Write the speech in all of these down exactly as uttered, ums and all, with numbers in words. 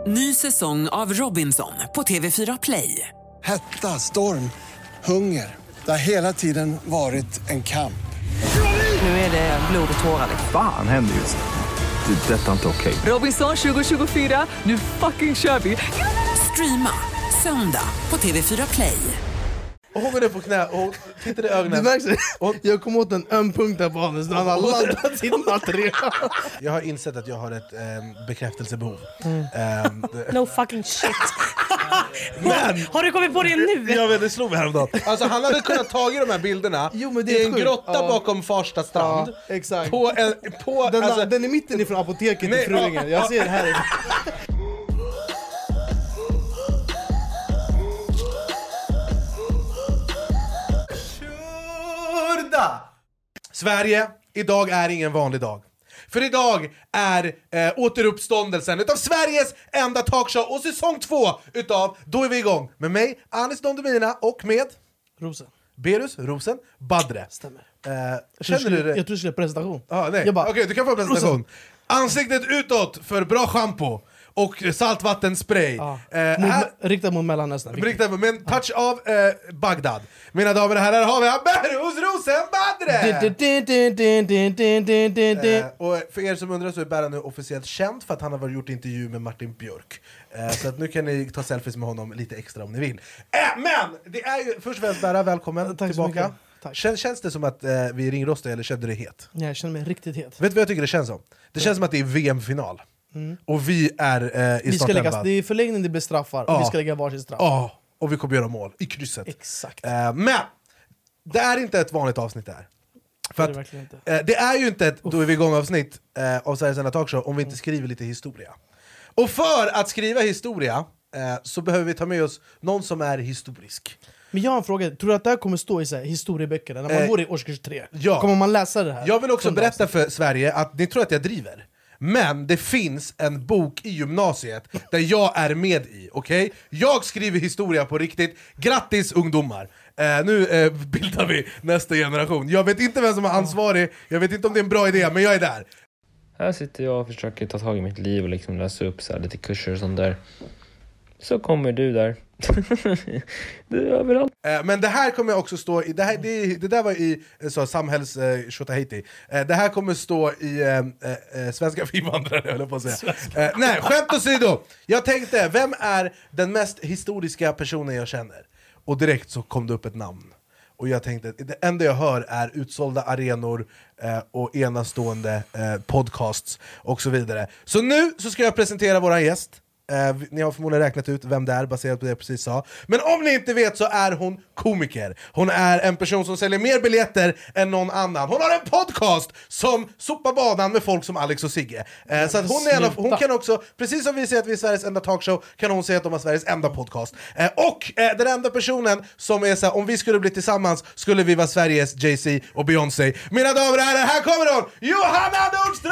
Ny säsong av Robinson på T V fyra Play. Hetta, storm, hunger. Det har hela tiden varit en kamp. Nu är det blod och tårar. Fan händer just det. Det är detta inte okej. Robinson tjugo tjugofyra, nu fucking kör vi. Streama söndag på T V fyra Play. Och hon går ner på knä och tittar i ögonen. Det märks, och jag kom åt en öm punkt där på Hannes när han har laddat sitt material. Jag har insett att jag har ett eh, bekräftelsebehov. Mm. Um, No fucking shit. Men har du kommit på det nu? jag vet, det slog mig häromdagen. Alltså han hade kunnat ta de här bilderna Jo, men det i är en sjukt. grotta Ja. bakom Farsta strand. Ja, exakt. På en, på, Den, alltså, den är mitten ifrån apoteket Nej, till Fruingen. Jag ser det här. Sverige, idag är ingen vanlig dag. För idag är eh, återuppståndelsen utav Sveriges enda talkshow och säsong två utav Då är vi igång med mig, Anis Don Demina och med Rosen. Berus Rosen Badre. Stämmer. Eh, Jag känner tror du skulle- det? Jag tror det skulle presentation. Ah, nej. Jag bara, Okej, du kan få en presentation. Ansiktet utåt för bra shampoo och saltvattenspray. Ja. Eh, Mot, här, riktat mot Mellanöstern. riktat med en touch av eh, Bagdad. Mina damer och herrar, har vi Berus Rosen Badre! Eh, och för er som undrar så är Berra nu officiellt känd för att han har varit gjort intervju med Martin Björk. Eh, så att nu kan ni ta selfies med honom lite extra om ni vill. Eh, men det är ju först och främst Berra, välkommen Tack så tillbaka. mycket. Tack. Kän, känns det som att eh, vi är ringrostar eller kände du det het? Ja, jag känner mig riktigt het. Vet du vad jag tycker det känns som? Det känns som att det är V M-final. Mm. Och vi är eh, i Vi ska lägga, startelvan. det är förlängning, det blir straffar. Ja. Och vi ska lägga varsin straff. Ja, och vi kommer göra mål i krysset. Exakt. Eh, men det är inte ett vanligt avsnitt där. För det är att, verkligen inte. eh, det är ju inte ett Då är vi igång avsnitt eh, av Sveriges enda talkshow om vi inte skriver lite historia. Och för att skriva historia eh, så behöver vi ta med oss någon som är historisk. Men jag har en fråga, tror du att det här kommer stå i så här, historieböckerna när man Eh, går i årskurs tre? ja. Kommer man läsa det här? Jag vill också Från berätta avsnitt? för Sverige att ni tror att jag driver. Men det finns en bok i gymnasiet där jag är med i, okej? Jag skriver historia på riktigt. Grattis ungdomar! Eh, nu eh, bildar vi nästa generation. Jag vet inte vem som är ansvarig, jag vet inte om det är en bra idé, men jag är där. Här sitter jag och försöker ta tag i mitt liv och liksom läsa upp så här lite kurser och sånt där. Så kommer du där. Du är överallt. Eh, men det här kommer också stå i, det, här, det, det där var i eh, så, samhälls eh, Shotahiti. eh, Det här kommer stå i eh, eh, Svenska för invandrare, höll jag på att säga. eh, Nej, skämt åsido. Jag tänkte, vem är den mest historiska personen jag känner? Och direkt så kom det upp ett namn. Och jag tänkte, det enda jag hör är utsålda arenor eh, och enastående eh, podcasts och så vidare. Så nu så ska jag presentera våran gäst. Eh, ni har förmodligen räknat ut vem det är baserat på det jag precis sa. Men om ni inte vet så är hon komiker. Hon är en person som säljer mer biljetter än någon annan. Hon har en podcast som sopar banan med folk som Alex och Sigge. Eh, så att hon, är en av, hon kan också, precis som vi säger att vi är Sveriges enda talkshow, kan hon säga att de har Sveriges enda podcast. Eh, och eh, den enda personen som är så här, om vi skulle bli tillsammans skulle vi vara Sveriges Jay-Z och Beyoncé. Mina damer och herrar, här kommer hon! Johanna Nordström!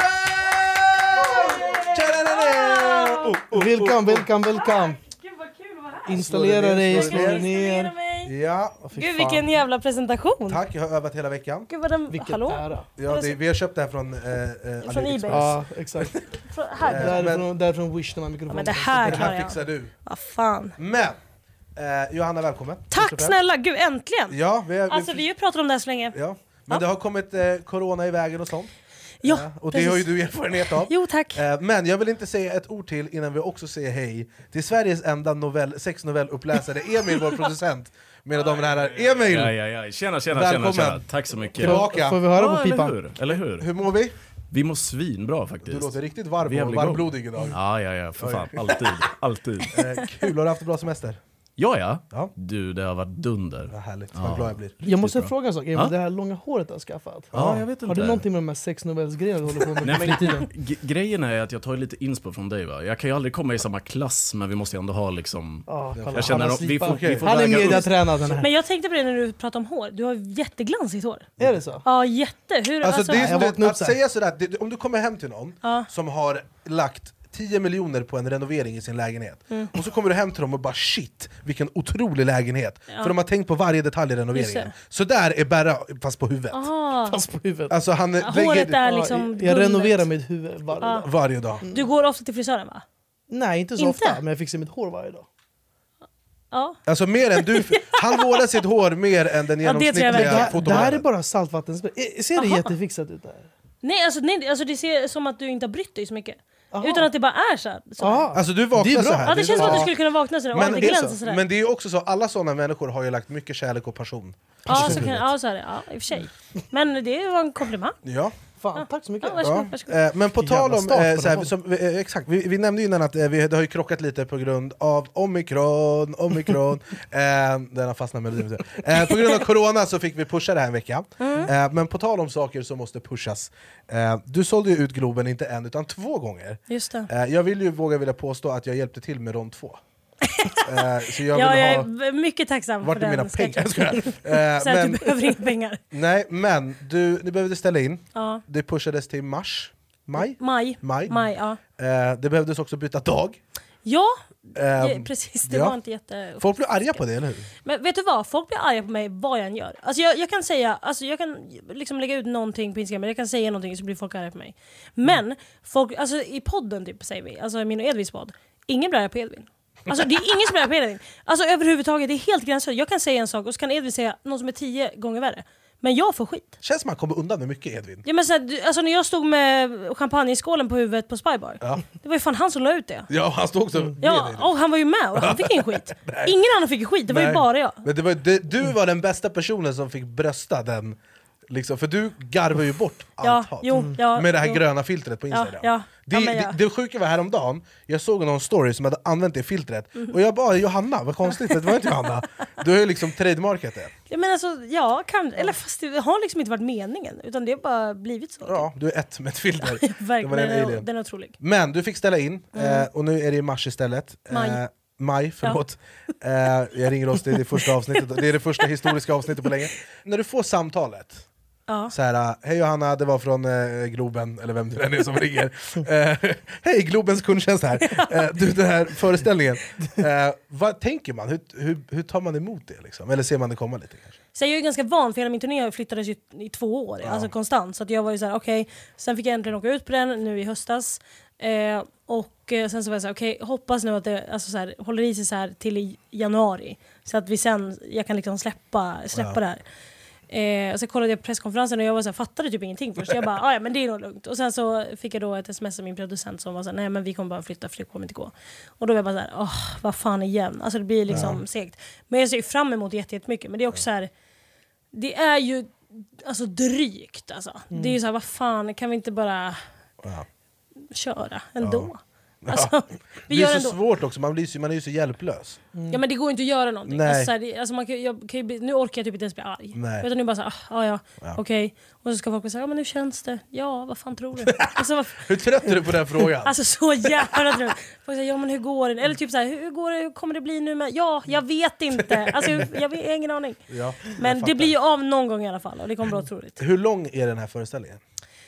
Oh, oh, oh, Welcome, oh. welcome, welcome. Gud vad kul att vara här. Installera Slå dig ner, dig, slå slå dig dig Installera ner. mig. Ja, Åh, fy Gud fan. vilken jävla presentation. tack, jag har övat hela veckan. Gud vad den, Vilken hallå? ära. Ja, det, vi har köpt det här från, eh, eh, Från AliExpress. eBay. Ja, exakt. Från, här. Eh, Därifrån, därifrån Wish, de här Ja, mikrofonerna. men det här Det klarar här jag. fixar du. Vad fan. Men, eh, Johanna, välkommen. Tack snälla, gud äntligen. Ja, vi, har- Alltså vi har ju pratat om det här så länge. ja. Men Ja. det har kommit eh, corona i vägen och sånt. Ja, Eh, och det har ju du erfarenhet av. Jo tack. Eh, men jag vill inte säga ett ord till innan vi också säger hej till Sveriges enda novell, sexnovelluppläsare, Emil, vår producent. Mina damer och herrar, Emil! Ja, ja, ja. Tjena, tjena, Välkommen. tjena, tjena. Tack så mycket. Tillbaka. Får vi höra Ja, på eller pipan? hur? Eller hur? Hur mår vi? Vi mår svinbra faktiskt. Du låter riktigt varm Vi är och väl igång. varmblodig idag. Ja, ja, ja, för Oj. fan. Alltid, alltid. Eh, kul, har du haft en bra semester? Ja, ja. Ja. Du, det har varit dunder. Vad härligt, Ja. vad glad jag blir. Jag måste bra. fråga en sak, Emil, Ja? det här långa håret du har skaffat. Ja, jag vet inte. Har du någonting med de här sexnovellsgrejerna du håller på med Nej, på men, fritiden? g- grejen är att jag tar lite inspo från dig, va. Jag kan ju aldrig komma i samma klass, men vi måste ju ändå ha liksom... Ja, kolla, Jag känner han, har att vi slipat. får, vi får Han är väga upp. mediatränad den här. Men jag tänkte på det när du pratade om hår. Du har jätteglansigt hår. Är det så? Ja, jätte. Hur, Alltså, alltså, det är jag som vaknade att, upp att så här. säga sådär, det, om du kommer hem till någon Ja. som har lagt tio miljoner på en renovering i sin lägenhet. Mm. Och så kommer du hem till dem och bara shit, vilken otrolig lägenhet. Ja. För de har tänkt på varje detalj i Just renoveringen. det. Så där är Berra fast på huvudet. Aha. Fast på huvudet. Alltså han Ja, lägger håret är Ja, liksom jag guldet. renoverar mitt huvud varje Ja. dag. varje dag. Du går ofta till frisören va? Nej, inte så Inte? ofta, men jag fixar mitt hår varje dag. Ja. Alltså mer än du, han vårdar sitt hår mer än den Ja, det tror jag genomsnittliga Det, här- det här är fotomodellen. bara saltvattenspray. Eh, Ser det Aha. jättefixat ut där? Nej, alltså, nej, alltså det ser som att du inte har brytt dig så mycket. Aha. Utan att det bara är så här. Så här. Ja. Alltså du Det är vaknar bra. så här. Ja, det känns som att du Ja. skulle kunna vakna sådär och Men det det, är glänser så, sådär. men det är ju också så, alla sådana människor har ju lagt mycket kärlek och passion. Ja, så kan, ja, så är det. Ja, i och för sig. Men det var en komplimang. Ja. Fan, tack så mycket. Ja, varsågod, Ja. varsågod. Eh, men på Vilken tal jävla om, start på eh, den såhär, podden. som, eh, exakt, vi, vi nämnde ju innan att eh, vi, det har ju krockat lite på grund av omikron, omikron, eh, den har fastnat med eh, på grund av corona så fick vi pusha det här en vecka. Mm. Eh, men på tal om saker som måste pushas, eh, du sålde ju ut Globen inte en utan två gånger. Just det. Eh, jag vill ju våga vilja påstå att jag hjälpte till med de två. eh, så jag Ja, vill jag ha... är mycket tacksam Vart för är mina den pengar? sketchen. Jag skojar. Eh, Så att men, du behöver inga pengar. nej, men du, ni behövde ställa in. Ja. Det pushades till mars, maj. Maj. Maj. Maj, ja. Eh, det behövdes också byta dag. Ja, Eh, ja, precis. Det ja. var inte jätte... Folk blir arga på det, eller hur? Men vet du vad? Folk blir arga på mig vad jag än gör. Alltså jag, jag kan säga, alltså jag kan liksom lägga ut någonting på Instagram, jag kan säga någonting så blir folk arga på mig. Men folk, alltså i podden typ säger vi, alltså min och Edvins podd, ingen blir arga på Edvin. Alltså det är ingen som blir arga på Edvin. Alltså överhuvudtaget, det är helt gränslöst. Jag kan säga en sak och så kan Edvin säga något som är tio gånger värre. Men jag får skit. Känns som man kommer undan med mycket, Edvin. Ja, men så här, du- alltså när jag stod med champagneskålen på huvudet på Spybar, Ja. det var ju fan han som la ut det. Ja, han stod också med Ja, dig. och han var ju med och han fick ingen skit. Ingen annan fick skit, det var Nej. ju bara jag. Men det var, det, du var den bästa personen som fick brösta den, liksom, för du garvar ju bort allt Ja, hat. jo, ja, med det här jo. gröna filtret på Instagram. Ja, ja. Det, Ja, men ja. det, det sjuka var häromdagen, jag såg någon story som hade använt det filtret, Mhm. och jag bara Johanna, vad konstigt, det var inte Johanna. Du har ju liksom trademarkat det. Ja, men alltså, ja, kan, eller fast det har liksom inte varit meningen, utan det har bara blivit så. Ja, du är ett med ett filter. Verkligen, Det var en den, är, alien. den är otrolig. Men du fick ställa in, eh, och nu är det i mars istället. Maj. Eh, maj, förlåt. Eh, jag ringer oss, det är det första avsnittet, det är det första historiska avsnittet på länge. När du får samtalet, Ja. så här, hej Johanna, det var från eh, Globen, eller vem det än är som ringer. Eh, hej, Globens kundtjänst här. Eh, du, den här föreställningen. Eh, vad tänker man? Hur, hur, hur tar man emot det? Liksom? Eller ser man det komma lite kanske? Så jag är ju ganska van, för hela min turné flyttades ju i två år, alltså konstant. Så att jag var ju såhär, okej, okay. Sen fick jag äntligen åka ut på den nu i höstas. Eh, och eh, sen så var jag såhär, okej, okay, hoppas nu att det alltså, så här, håller i sig så här till i januari. Så att vi sen, jag kan liksom släppa, släppa Ja. det här. Eh, och så kollade jag på presskonferensen och jag var så här, fattade typ ingenting först. Jag bara, ah, ja men det är nog lugnt. Och sen så fick jag då ett sms av min producent som var så här, nej men vi kommer bara flytta för det kommer inte gå. Och då var jag bara så här, åh vad fan igen. Alltså det blir liksom ja. segt. Men jag ser ju fram emot jättemycket. Men det är också så här, det är ju alltså drygt alltså. Mm. Det är ju så här, vad fan, kan vi inte bara Ja. köra ändå? Ja. Alltså, Ja. vi Det gör är så ändå. svårt också, man, blir, så- man är ju så hjälplös. Mm. Ja men det går inte att göra någonting. Nej. Alltså, så här, det, alltså, man kan, jag, kan ju bli, nu orkar jag typ inte ens bli arg. Nej. Utan nu bara såhär, ah, ja, Ja. okej. Okay. Och så ska folk säga, ja men hur känns det? Ja, vad fan tror du? Alltså, vad, Hur trött är du på den frågan? alltså så jävla trött. Folk säger, ja men hur går det? Eller typ såhär, hur går det? Hur kommer det bli nu med? Ja, jag vet inte. Alltså jag, jag har ingen aning. Ja, jag Men fattar. det blir ju av någon gång i alla fall. Och det kommer bli otroligt. Hur lång är den här föreställningen?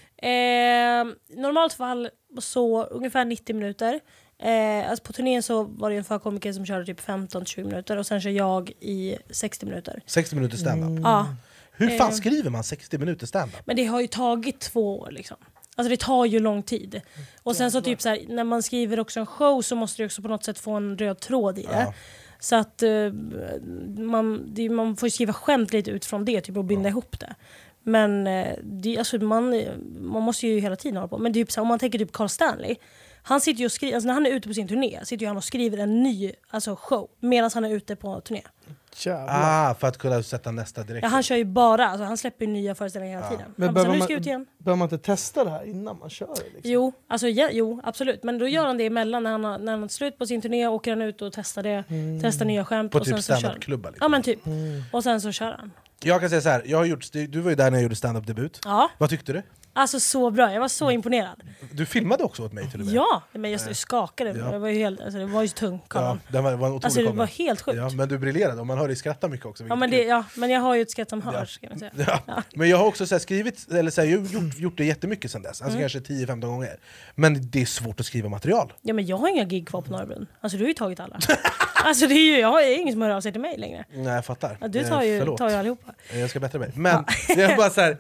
Eh, normalt fall så ungefär nittio minuter. Eh, alltså på turnén så var det en förkomiker som körde typ femton till tjugo minuter och sen kör jag i sextio minuter. sextio minuter stand-up? Mm. Ja. Hur fan Eh. skriver man sextio minuter stand-up? Men det har ju tagit två år liksom. Alltså det tar ju lång tid. Och sen så typ så här, när man skriver också en show så måste du också på något sätt få en röd tråd i det. Ja. Så att eh, man, det, man får skriva skämt lite utifrån det typ och binda ihop det. Men eh, det, alltså man, man måste ju hela tiden hålla på. Men det är typ så här, om man tänker typ Carl Stanley. Han sitter ju och skriver, alltså när han är ute på sin turné sitter ju han och skriver en ny alltså show medan han är ute på turné. Ah, för att kunna sätta nästa direkt. Ja, han kör ju bara, alltså han släpper ju nya föreställningar hela Ja. tiden. Men Han bara, behöver nu man, ska jag ut igen. behöver man inte testa det här innan man kör det? Liksom? Jo, alltså, ja, jo, absolut. Men då gör han det emellan när han har, när han har slut på sin turné, åker han ut och testar det, Mm. testar nya skämt. På och typ sen så kör han. stand-up-klubbar liksom. Ja men typ. Mm. Och sen så kör han. Jag kan säga så här, jag har gjort, du var ju där när jag gjorde stand-up-debut. Ja, Vad tyckte du? alltså så bra. Jag var så imponerad. Du filmade också åt mig till och med. Ja, men jag skakade. Ja. Det var ju helt, alltså, det var ju så tung, Ja, kameran. det var, var en otrolig Alltså det kamera. var helt sjukt. Ja, men du briljerade och man hör dig skratta mycket också. Ja men, det, ja, men jag har ju ett skratt som Ja. hörs kan man säga. Ja. Ja. Men jag har också så här, skrivit, eller så här, jag har gjort, gjort det jättemycket sen dess, alltså Mm. kanske tio femton gånger. Men det är svårt att skriva material. Ja men jag har inga gig kvar på Norrbrunn. Alltså du har ju tagit alla. Alltså det är ju, jag har ingen som hör av sig till mig längre. Nej, jag fattar. Ja, du Eh, tar ju, förlåt. tar ju allihopa. Eh, Jag ska bättra mig. Men det är bara så här,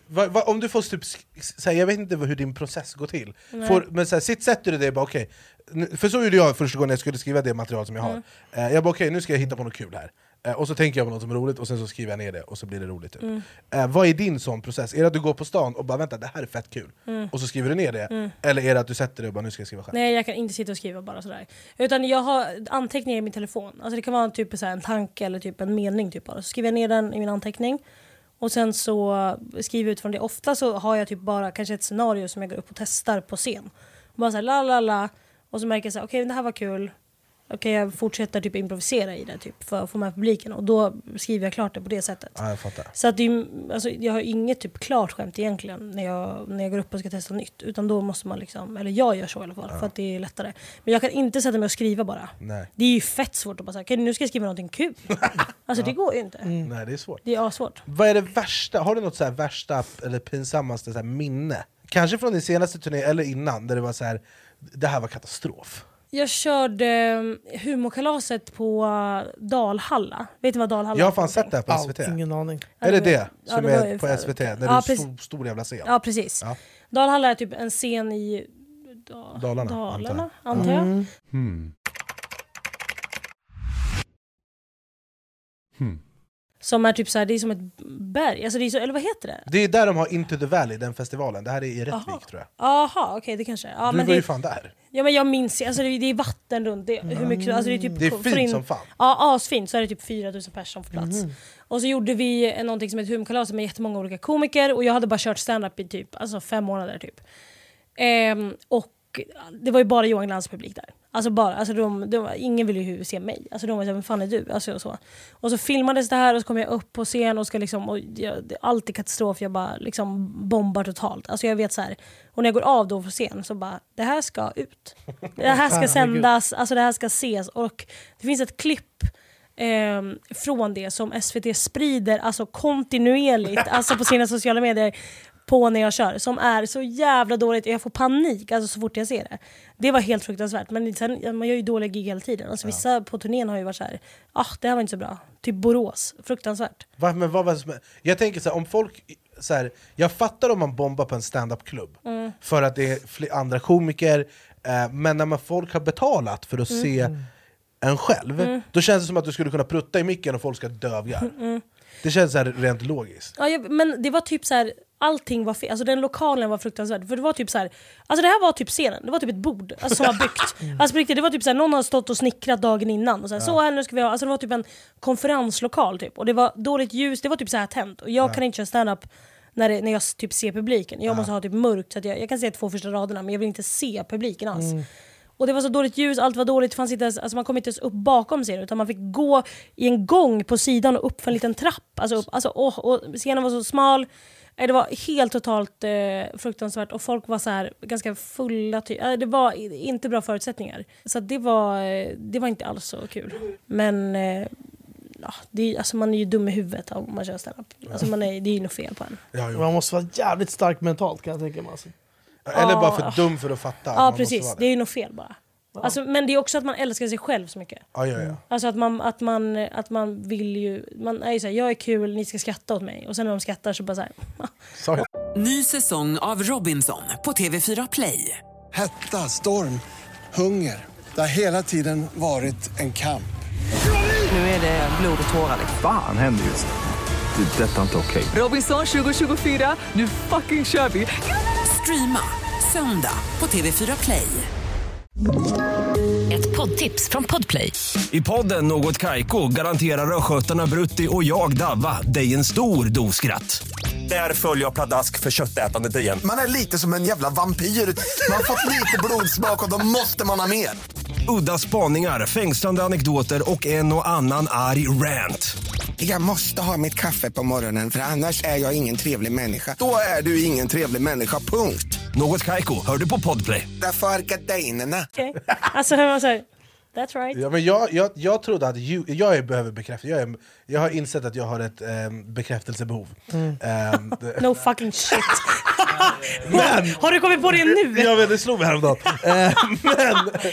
Va, va, om du får typ, såhär, jag vet inte hur din process går till. Får, men såhär, sitt sätter du dig bara okej. Okay. För så gjorde jag första gången jag skulle skriva det material som jag har. Mm. Uh, jag bara okej, okay, nu ska jag hitta på något kul här. Uh, och så tänker jag på något som är roligt och sen så skriver jag ner det och så blir det roligt. Typ. Mm. Uh, vad är din sån process? Är det att du går på stan och bara vänta, det här är fett kul. Mm. Och så skriver du ner det? Mm. Eller är det att du sätter det och bara nu ska jag skriva själv? Nej, jag kan inte sitta och skriva bara sådär. Utan jag har anteckningar i min telefon. Alltså det kan vara typ så här en tanke eller typ en mening typ bara. Så skriver jag ner den i min anteckning. Och sen så skriver jag utifrån det. Ofta så har jag typ bara kanske ett scenario som jag går upp och testar på scen. Och bara såhär la la la. Och så märker jag såhär, okej okay, det här var kul. Okej okay, jag fortsätter typ improvisera i det typ för att få med publiken. Och då skriver jag klart det på det sättet. Ja, jag fattar. Så att det, alltså, jag har inget typ klart skämt egentligen när jag, när jag går upp och ska testa nytt. Utan då måste man liksom, eller jag gör så i alla fall. Ja. För att det är lättare. Men jag kan inte sätta mig och skriva bara. Nej. Det är ju fett svårt att bara säga, okay, nu ska jag skriva någonting kul. Alltså ja. Det går ju inte. Mm. Nej, det är svårt. Det är svårt. Vad är det värsta? Har du något så här värsta eller pinsammaste så här minne? Kanske från din senaste turné eller innan där det var så här, det här var katastrof. Jag körde humorkalaset på Dalhalla. Vet du vad Dalhalla är? Jag har fan sett det här på S V T. Oh, ingen aning. Är det det som ja, det är på S V T? När ja, det är stor, stor jävla scen. Ja, precis. Ja. Dalhalla är typ en scen i da Dalarna, Dalarna, antar jag. Mm. Hmm. Hmm. Som är typ så här, det är som ett berg. Alltså det är så, eller vad heter det? Det är där de har Into the Valley, den festivalen. Det här är i Rättvik. Aha. Tror jag. Jaha, okej, okay, det kanske är. Ja, du men var det, ju fan där. Ja, men jag minns, alltså det, det är vatten runt. Det, hur mycket, alltså det är typ... Det är fint in, som fan. Ja, asfint. Så är det typ fyra tusen personer som får plats. Mm. Och så gjorde vi någonting som heter humorkalaset med jättemånga olika komiker. Och jag hade bara kört stand-up i typ, alltså fem månader typ. Ehm, och det var ju bara Johan Glans publik där. Alltså bara, alltså de, de, ingen ville ju se mig. Alltså de var så här, vem fan är du? Alltså och så. Och så filmades det här och så kom jag upp på scen och ska liksom, och jag, det är alltid katastrof, jag bara liksom bombar totalt. Alltså jag vet så här, och när jag går av då på scen så bara, det här ska ut. Det här ska sändas, alltså det här ska ses. Och det finns ett klipp eh, från det som S V T sprider alltså kontinuerligt, alltså på sina sociala medier på när jag kör, som är så jävla dåligt. Jag får panik alltså så fort jag ser det. Det var helt fruktansvärt. Men sen, man gör ju dåliga gig hela tiden. Alltså, ja. Vissa på turnén har ju varit så här, ah, det här var inte så bra. Typ Borås, fruktansvärt. Va, men vad var det som, jag tänker så här, om folk så här, jag fattar om man bombar på en stand-up-klubb mm. för att det är fler andra komiker, eh, men när man folk har betalat för att mm. se en själv, mm. då känns det som att du skulle kunna prutta i micken och folk ska dövga. Mm. Det känns så här rent logiskt. Ja, jag, men det var typ så här, allting var fel. Alltså den lokalen var fruktansvärd. För det var typ så här, alltså det här var typ scenen. Det var typ ett bord alltså, som var byggt. Mm. Alltså på riktigt, det var typ så här, någon har stått och snickrat dagen innan och så här, ja. så här nu ska vi ha. Alltså det var typ en konferenslokal typ. Och det var dåligt ljus, det var typ så här tänt. Och jag ja. kan inte köra stand-up när, det, när jag typ ser publiken. Jag ja. måste ha typ mörkt så att jag, jag kan se två första raderna, men jag vill inte se publiken alls. Mm. Och det var så dåligt ljus, allt var dåligt, fanns inte ens, alltså man kom inte ens upp bakom scenen utan man fick gå i en gång på sidan och upp för en liten trapp. Alltså, alltså, och, och scenen var så smal. Det var helt totalt eh, fruktansvärt och folk var så här ganska fulla. Ty- det var inte bra förutsättningar. Så det var, det var inte alls så kul. Men eh, ja, det är, alltså man är ju dum i huvudet om man kör stand-up. Alltså man är, det är ju något fel på en. Ja, man måste vara jävligt stark mentalt kan jag tänka mig. Alltså. Eller bara för dum för att fatta. Ja, man precis. Det är ju något fel bara. Ja. Alltså, men det är också att man älskar sig själv så mycket. Ja, ja, ja. Alltså att man, att man, att man vill ju... Man är ju såhär, jag är kul, ni ska skratta åt mig. Och sen när de skrattar så bara såhär... Sorry. Ny säsong av Robinson på T V fyra Play. Hetta, storm, hunger. Det har hela tiden varit en kamp. Nu är det blod och tårar. Fan händer just det. Det är detta inte okej. Okay. Robinson tjugo tjugofyra, nu fucking kör vi. Streama söndag på T V fyra Play. Ett poddtips från Podplay. I podden Något Kaiko garanterar röskötarna Brutti och jag Davva dig en stor doskratt. Där följer jag pladask för köttätandet igen. Man är lite som en jävla vampyr. Man har fått lite blodsmak och då måste man ha mer. Udda spaningar, fängslande anekdoter och en och annan arg rant. Jag måste ha mitt kaffe på morgonen för annars är jag ingen trevlig människa. Då är du ingen trevlig människa, punkt. Något Kaiko, hör du på Podplay. Därför är gardinerna. Okej, okay. Alltså hur man säger, That's right. Ja, men jag, jag, jag trodde att you, jag är, behöver bekräfta. Jag, är, jag har insett att jag har ett um, bekräftelsebehov. Mm. Um, no fucking shit. men, har du kommit på det nu? Jag vet, det slog mig häromdagen. uh, men,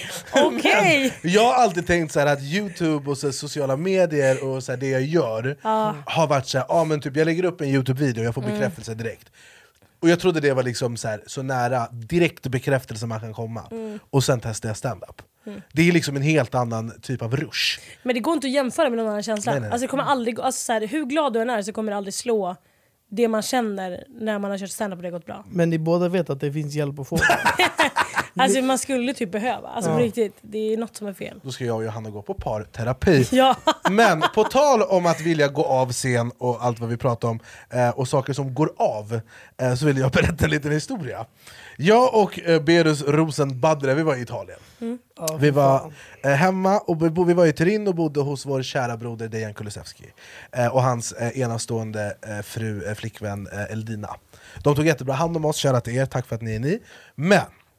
okay. men jag har alltid tänkt så här att YouTube och så sociala medier och så här, det jag gör ah. har varit så här, ah, men typ, jag lägger upp en YouTube-video och jag får bekräftelse mm. direkt. Och jag trodde det var liksom så, här, så nära direkt bekräftelse man kan komma. Mm. Och sen testade jag stand-up. Mm. Det är liksom en helt annan typ av rush. Men det går inte att jämföra med någon annan känsla. Nej, nej, nej. Alltså, det kommer aldrig, alltså, så här, hur glad du än är så kommer det aldrig slå det man känner när man har kört stand-up och det har gått bra. Men ni båda vet att det finns hjälp att få. Alltså man skulle typ behöva. Alltså ja. På riktigt, det är något som är fel. Då ska jag och Johanna gå på parterapi. Ja. Men på tal om att vilja gå av scen och allt vad vi pratar om eh, och saker som går av, eh, så vill jag berätta en liten historia. Jag och eh, Berus Rosen Badre, vi var i Italien. Mm. Oh, vi var eh, hemma och vi, vi var i Turin och bodde hos vår kära broder Dejan Kulusevski eh, och hans eh, enastående eh, fru, eh, flickvän eh, Eldina. De tog jättebra hand om oss, kära till er, tack för att ni är ni. Men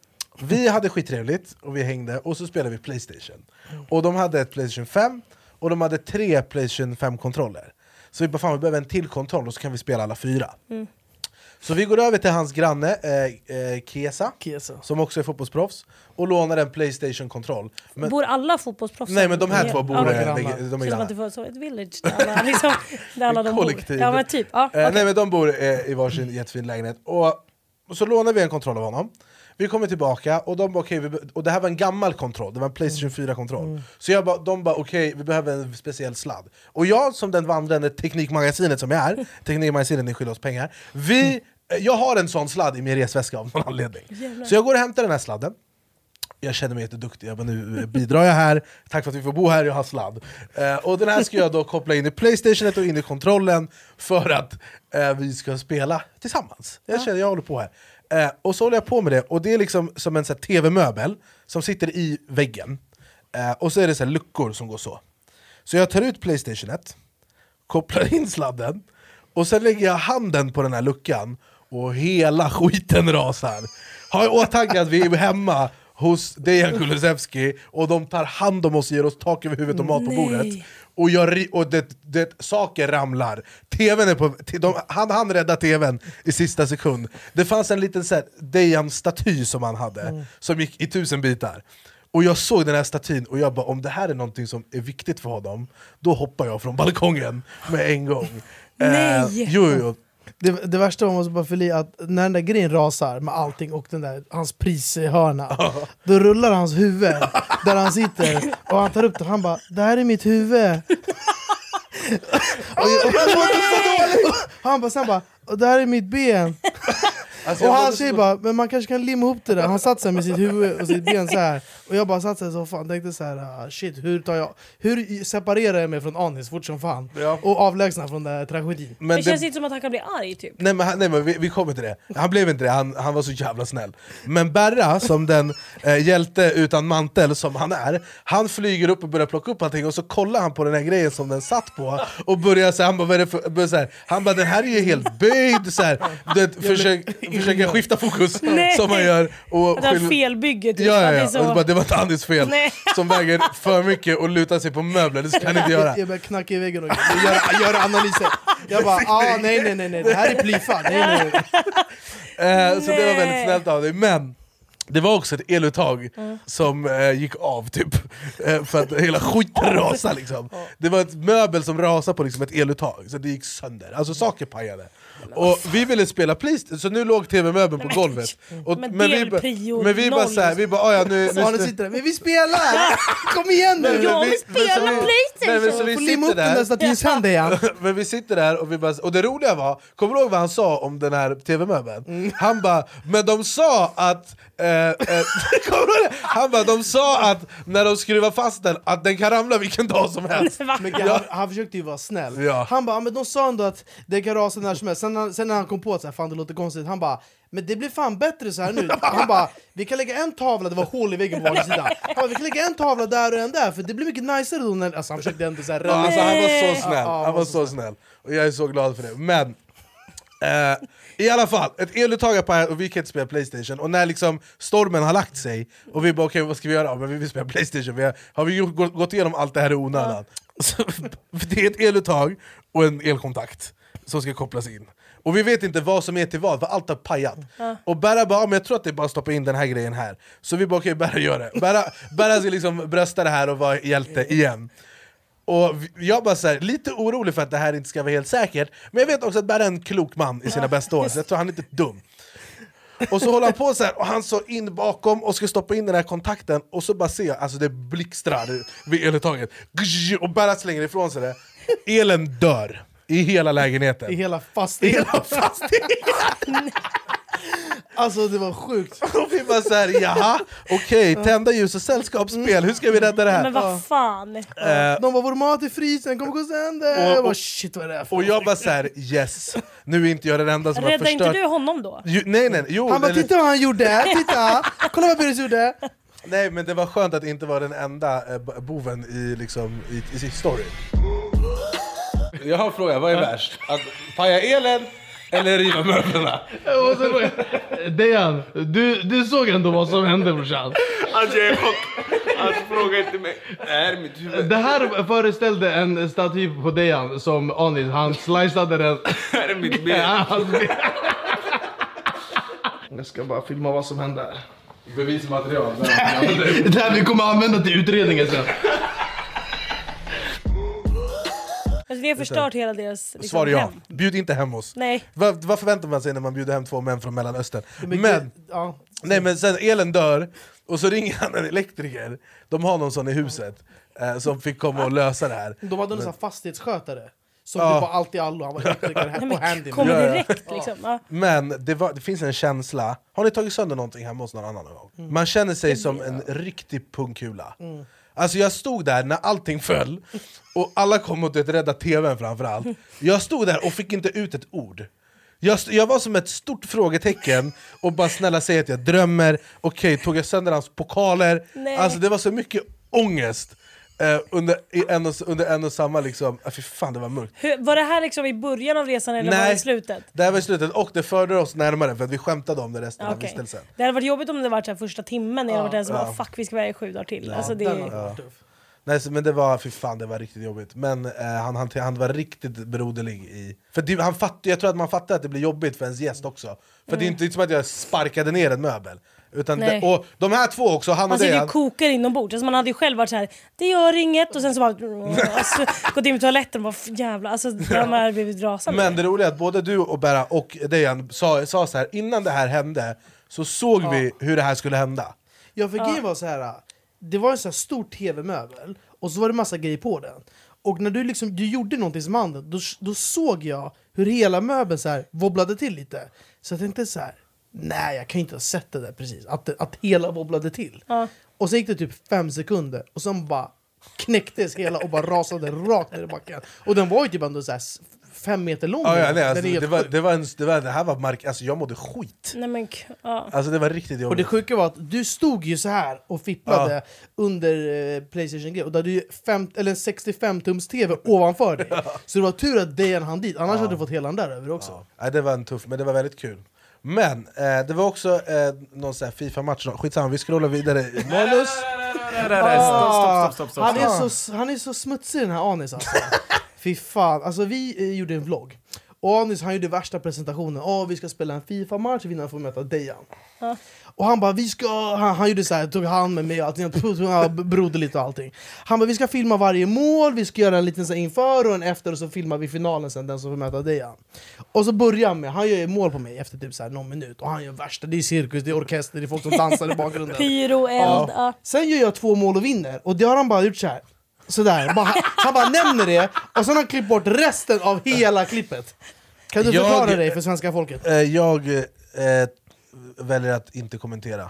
vi hade skittrevligt och vi hängde och så spelade vi PlayStation. Och de hade ett PlayStation fem och de hade tre PlayStation fem-kontroller. Så vi bara, fan vi behöver en till kontroll och så kan vi spela alla fyra. Mm. Så vi går över till hans granne eh, eh, Kesa, Kesa, som också är fotbollsproffs, och lånar en PlayStation-kontroll. Men, bor alla fotbollsproffs? Nej, men de här två bor okay. äh, de är så grannar. Så så ett village där alla, liksom, där alla de kollektiv. Bor. Ja, men typ. Ja, okay. eh, nej, men de bor eh, i varsin jättefin lägenhet. Och, och så lånar vi en kontroll av honom. Vi kommer tillbaka och de bara okej, okay, och det här var en gammal kontroll, det var en PlayStation fyra-kontroll. Mm. Så jag ba, de bara okej, okay, vi behöver en speciell sladd. Och jag som den vandrande teknikmagasinet som jag är, teknikmagasinet ni skyller oss pengar, vi, mm. jag har en sån sladd i min resväska av någon anledning. Jävlar. Så jag går och hämtar den här sladden. Jag känner mig jätteduktig, jag bara, nu bidrar jag här, tack för att vi får bo här, jag har sladd. Eh, och den här ska jag då koppla in i PlayStationet och in i kontrollen för att eh, vi ska spela tillsammans. Jag känner, jag håller på här. Eh, och så håller jag på med det, och det är liksom som en så här tv-möbel som sitter i väggen. Eh, och så är det så här luckor som går så. Så jag tar ut PlayStationet, kopplar in sladden, och sen lägger jag handen på den här luckan och hela skiten rasar. Har jag åtanke att vi är hemma hos Dejan Kulusevski och de tar hand om oss och ger oss tak över huvudet och mat på bordet. Och, jag, och det, det, saker ramlar. T V:n är på, de, han, han räddar tvn i sista sekund. Det fanns en liten Dejan-staty som han hade, mm. som gick i tusen bitar. Och jag såg den här statyn och jag bara, om det här är någonting som är viktigt för honom, då hoppar jag från balkongen med en gång. Nej! Eh, jo, jo. Det, det värsta var måste bara fylla att när den där grejen rasar med allting och den där, hans prishörna, då rullar hans huvud där han sitter och han tar upp det och han bara, det här är mitt huvud. och, och, och, och, han bara, sen bara, och det här är mitt ben. Alltså, och han säger så... bara, men man kanske kan limma ihop det där. Han satt sig med sitt huvud och sitt ben så här. Och jag bara satt sig så fan, tänkte så här, ah, shit, hur tar jag, hur separerar jag mig från Anis fort som fan? Ja. Och avlägsna från den där tragedin. Men det, det känns inte som att han kan bli arg typ. Nej men, han, nej, men vi, vi kommer till det. Han blev inte det, han, han var så jävla snäll. Men Berra, som den eh, hjälte utan mantel som han är, han flyger upp och börjar plocka upp allting. Och så kollar han på den här grejen som den satt på och börjar säga, han bara, vad är det för, börjar så här, han bara, den här är ju helt böjd så här, det, försök, försöker skifta fokus nej. Som man gör. Och det är felbygge typ. Ja, ja, ja. Så... Och bara, det var inte Anis fel. Nej. Som väger för mycket och lutar sig på möbler, det ska han inte göra. Jag börjar knacka i väggen och göra, göra analyser. Jag bara, ah, nej nej nej nej, det här är plyfa. Nej, nej. Eh, så det var väldigt snällt av dig. Men det var också ett eluttag mm. som eh, gick av typ eh, för att hela skiten rasade liksom. Det var ett möbel som rasade på liksom ett eluttag, så det gick sönder. Alltså saker pajade. Och vi ville spela PlayStation, så nu låg tv-möbeln på golvet. Och, men, men, vi, men vi bara såhär, vi bara, ja nu... Så nu sitter där, men vi spelar! Kom igen nu! Ja, vi, vi spelar vi, PlayStation! Men, så vi sitter där, ja. men vi sitter där och vi bara, och det roliga var, kommer du ihåg vad han sa om den här tv-möbeln? Mm. Han bara, men de sa att eh, eh, han bara, de sa att när de skruvar fast den, att den kan ramla vilken dag som helst. Men, ja. han, han försökte ju vara snäll. Ja. Han bara, men de sa ändå att det kan rasa när som helst. Sen, han, sen när han kom på att så här, fan det låter konstigt, han bara, men det blir fan bättre så här nu. Han bara, vi kan lägga en tavla, det var hål i väggen på varje sida. Han bara, vi kan lägga en tavla där och en där, för det blir mycket nicer då när... Alltså han försökte ändå så här, ja, alltså, han var så snäll, han var så snäll. Och jag är så glad för det. Men Uh, I alla fall, ett eluttag på här och vi kan inte spela PlayStation. Och när liksom stormen har lagt sig och vi bara okej, okay, vad ska vi göra? Men vi vill spela PlayStation. Vi har, har vi gjort, gått, gått igenom allt det här i onödan. Ja. Det är ett eluttag och en elkontakt som ska kopplas in. Och vi vet inte vad som är till vad, för allt har pajat. Ja. Och Berra bara, men jag tror att det är bara att stoppa in den här grejen här. Så vi bara okej, okay, Berra gör det. Berra, Berra ska liksom brösta det här och vara hjälte igen. Och jag bara så här, lite orolig för att det här inte ska vara helt säkert. Men jag vet också att Berra är en klok man i sina ja. bästa år, så jag tror han är inte dum. Och så håller han på så här, och han så in bakom och ska stoppa in den här kontakten. Och så bara ser jag, alltså det blixtrar vid eluttaget. Och Berra slänger ifrån sig det. Elen dör i hela lägenheten. I hela fastigheten. I hela fastigheten. Alltså det var sjukt. Och vi bara såhär, jaha, okej, okay, tända ljus och sällskapsspel, hur ska vi rädda det här? Men vad fan? Uh, De var vår mat i frysen, kommer gå sönder. Och, och, och shit, vad är det för? Och jag bara såhär, yes, nu är inte jag den enda som Rädda har förstört. Räddade inte du honom då? Jo, nej, nej, jo, han bara, eller... titta vad han gjorde, titta, kolla vad Birgit gjorde. Nej, men det var skönt att inte vara den enda eh, boven i, liksom, i, i sin story. Jag har en fråga, vad är värst? Att paja elen eller riva möblerna? Dejan, du, du såg ändå vad som hände, brorsan. Alltså jag är chock. Alltså fråga inte mig. Det här är mitt huvud. Det här föreställde en staty på Dejan som Anis, han sliceade den. Det här är mitt ben. Jag ska bara filma vad som hände. Bevismaterial. Det här vi kommer använda till utredningen sen. Alltså det har förstört hela deras liksom, svar ja. hem. Bjud inte hem oss. Nej. Vad, vad förväntar man sig när man bjuder hem två män från Mellanöstern? Men, men, ja. nej, men sen elen dör och så ringer han en elektriker. De har någon sån i huset eh, som fick komma och lösa det här. De hade en sån fastighetsskötare som ja. det var alltid allo. Han var elektriker här på handy. Kommer direkt liksom. Ja. Men det, var, det finns en känsla. Har ni tagit sönder någonting hemma hos någon annan gång? Mm. Man känner sig det som en riktig pungkula. Mm. Alltså jag stod där när allting föll och alla kom mot att rädda tvn framförallt. Jag stod där och fick inte ut ett ord. Jag, jag var som ett stort frågetecken och bara snälla säga att jag drömmer. Okej, okay, tog jag sönder hans pokaler? Nej. Alltså det var så mycket ångest eh, under, en och, under en och samma liksom. Ah, fy fan, det var mörkt. Hur, var det här liksom i början av resan eller Nej, var det i slutet? Det här var i slutet och det förde oss närmare för att vi skämtade om det resten okay. av vistelsen. Det hade varit jobbigt om det var så här första timmen. Ja, det som ja. bara, fuck, vi ska vara i sju dagar till. Ja, alltså, det... ja. Nej, men det var, fy fan, det var riktigt jobbigt. Men eh, han, han, han var riktigt broderlig i... För det, han fatt, jag tror att man fattar att det blir jobbigt för ens gäst också. För mm. det är inte, inte som att jag sparkade ner en möbel. Utan det, och de här två också, han och alltså, det han... kokar inombords. Alltså, man hade ju själv varit så här, det gör inget. Och sen så bara... alltså, gått in i toaletten och bara, jävla... Alltså, de hade blivit rasande. Men det roliga är att både du och Berra och Dejan sa, sa så här, innan det här hände så såg ja. vi hur det här skulle hända. Ja, för grejen var så här... Det var en så här stor tv-möbel och så var det massa grejer på den. Och när du liksom du gjorde någonting som handen, då, då såg jag hur hela möbeln så här wobblade till lite. Så jag tänkte så här, nej, jag kan inte ha sett det där precis. Att, att hela wobblade till. Ja. Och så gick det typ fem sekunder och sen bara knäcktes hela och bara rasade rakt ner i backen. Och den var ju typ ändå så här fem meter lång. Ja, ja, nej, alltså, det, var, det, var en, det, var, det här var mark, alltså jag mådde skit. Nej, men, ja. Alltså det var riktigt jobbigt. Och det sjuka var att du stod ju så här och fipplade ja. under eh, PlayStation-grejer. Och där du fem, eller en sextiofem tums tv ovanför dig. Ja. Så det var tur att Dejan hann dit. Annars ja. hade du fått hela den där över också. Ja. Nej, det var en tuff, men det var väldigt kul. Men eh, det var också eh, någon sån här FIFA-match. Skitsamma, vi scrollar vidare. Manus. Ah, stopp, stopp, stopp, stopp. Han, är så, han är så smutsig, den här Anis alltså. Fy fan, alltså vi eh, gjorde en vlogg. Och Anis, han gjorde värsta presentationen. Åh, oh, vi ska spela en FIFA-match, vinnaren får möta Dejan. Ah. Och han bara, vi ska... Han, han gjorde så här, tog hand med mig och allting, broderligt och allting. Han bara, vi ska filma varje mål, vi ska göra en liten så här inför och en efter, och så filmar vi finalen sen, den som får möta Dejan. Och så börjar han med, han gör mål på mig efter typ så här någon minut. Och han gör värsta, det är cirkus, det är orkester, det är folk som dansar i bakgrunden. Pyro, eld, ja. Ja. Sen gör jag två mål och vinner. Och det har han bara gjort så här. Sådär, bara, han bara nämner det. Och sen har han klippt bort resten av hela klippet. Kan du förklara jag, dig för svenska folket? Eh, jag eh, väljer att inte kommentera.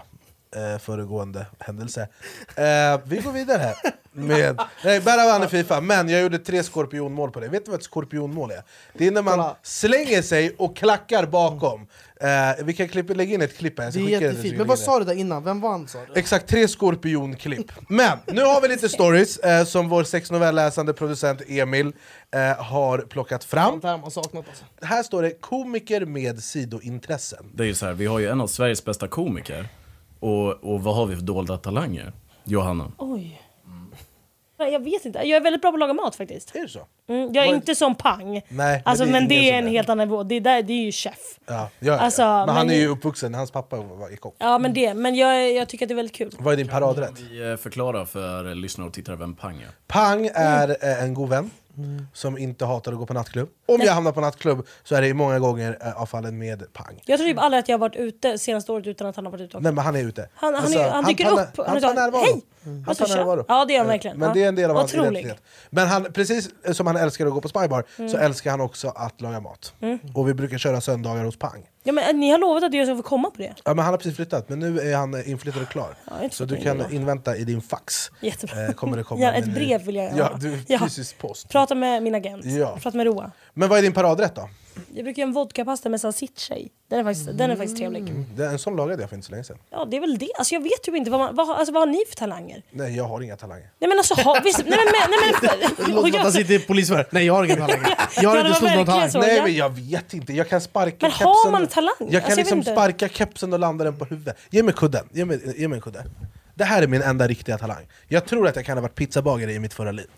eh, föregående händelse. Eh, vi går vidare med... Nej, bara vann i FIFA, men jag gjorde tre skorpionmål på det. Vet du vad ett skorpionmål är? Det är när man Kolla. slänger sig och klackar bakom. Eh, vi kan klippa, lägga in ett klipp här. Det är jättefint. Det, men vad sa du där innan? Vem vann, sa du? Exakt, tre skorpionklipp. Men nu har vi lite stories eh, som vår sexnovelläsande producent Emil eh, har plockat fram. Det här, man saknat alltså. Här står det komiker med sidointressen. Det är ju så här, vi har ju en av Sveriges bästa komiker. Och, och vad har vi för dolda talanger? Johanna. Oj. Nej, jag vet inte. Jag är väldigt bra på att laga mat faktiskt. Är det så? Mm, jag är Var... inte som Pang. Nej, alltså, men det är, men det är en är. helt annan nivå. Det, där, det är ju chef. Ja, ja, alltså, ja. Men, men han är jag... ju uppvuxen, hans pappa var i kock. Ja, men det. Men jag, jag tycker att det är väldigt kul. Vad är din paradrätt? Vi förklarar för lyssnare och tittare vem Pang är. Pang är mm. en god vän. Mm. Som inte hatar att gå på nattklubb. Om jag hamnar på nattklubb så är det många gånger äh, avfallen med Pang. Jag tror typ aldrig att jag har varit ute senaste året utan att han har varit ute också. Nej, men han är ute. Han, han, alltså, är, han, han dyker han, upp. Han, han tar närvaro. Hej! Mm. Han tar närvaro. Ja, det är han verkligen. Men det är en del av hans Otrolig. identitet. Men han, precis som han älskar att gå på spybar mm. så älskar han också att laga mat. Mm. Och vi brukar köra söndagar hos Pang. Ja, men ni har lovat att jag ska få komma på det. Ja, men han har precis flyttat, men nu är han inflyttad och klar. Ja, så du kan invänta i din fax. Jättebra. Eh, kommer det komma ja, ett brev vill jag ja, du, ja, fysisk post. Prata med min agent. Ja. Prata med Roa. Men vad är din paradrätt då? Jag brukar göra en vodkapasta med salsiccia i. Den är faktiskt, mm. den är faktiskt trevlig. Mm. Det är en sån lagade jag för inte så länge sedan. Ja, det är väl det. Alltså jag vet ju inte vad man, vad, alltså, vad har ni för talanger? Nej, jag har inga talanger. Nej men alltså ha, visst, nej men nej men låt mig sitta i polisförhör. Nej, jag har inga talanger. Jag har inte snott något här. Så, nej, ja. men jag vet inte. Jag kan sparka men kepsen. Har man talang? Jag kan alltså, liksom jag sparka kepsen och landa den på huvudet. Ge mig kudden. Ge mig, ge mig en kudde. Det här är min enda riktiga talang. Jag tror att jag kan ha varit pizzabagare i mitt förra liv.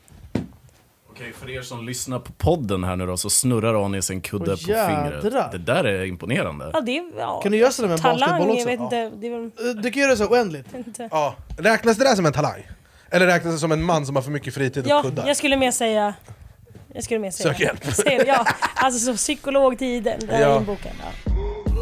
Okej, för er som lyssnar på podden här nu då, så snurrar Anis en kudde oh, på fingret. Det där är imponerande. Ja, det är, ja. Kan du göra sådär med talang, basketboll också? Jag vet inte, det är väl... Du kan göra det så oändligt. Ja. Räknas det där som en talang? Eller räknas det som en man som har för mycket fritid och ja, kuddar? Jag skulle mer säga... Jag skulle mer säga... Sök hjälp. Ja, alltså så psykologtiden, där ja. Inboken. Ja.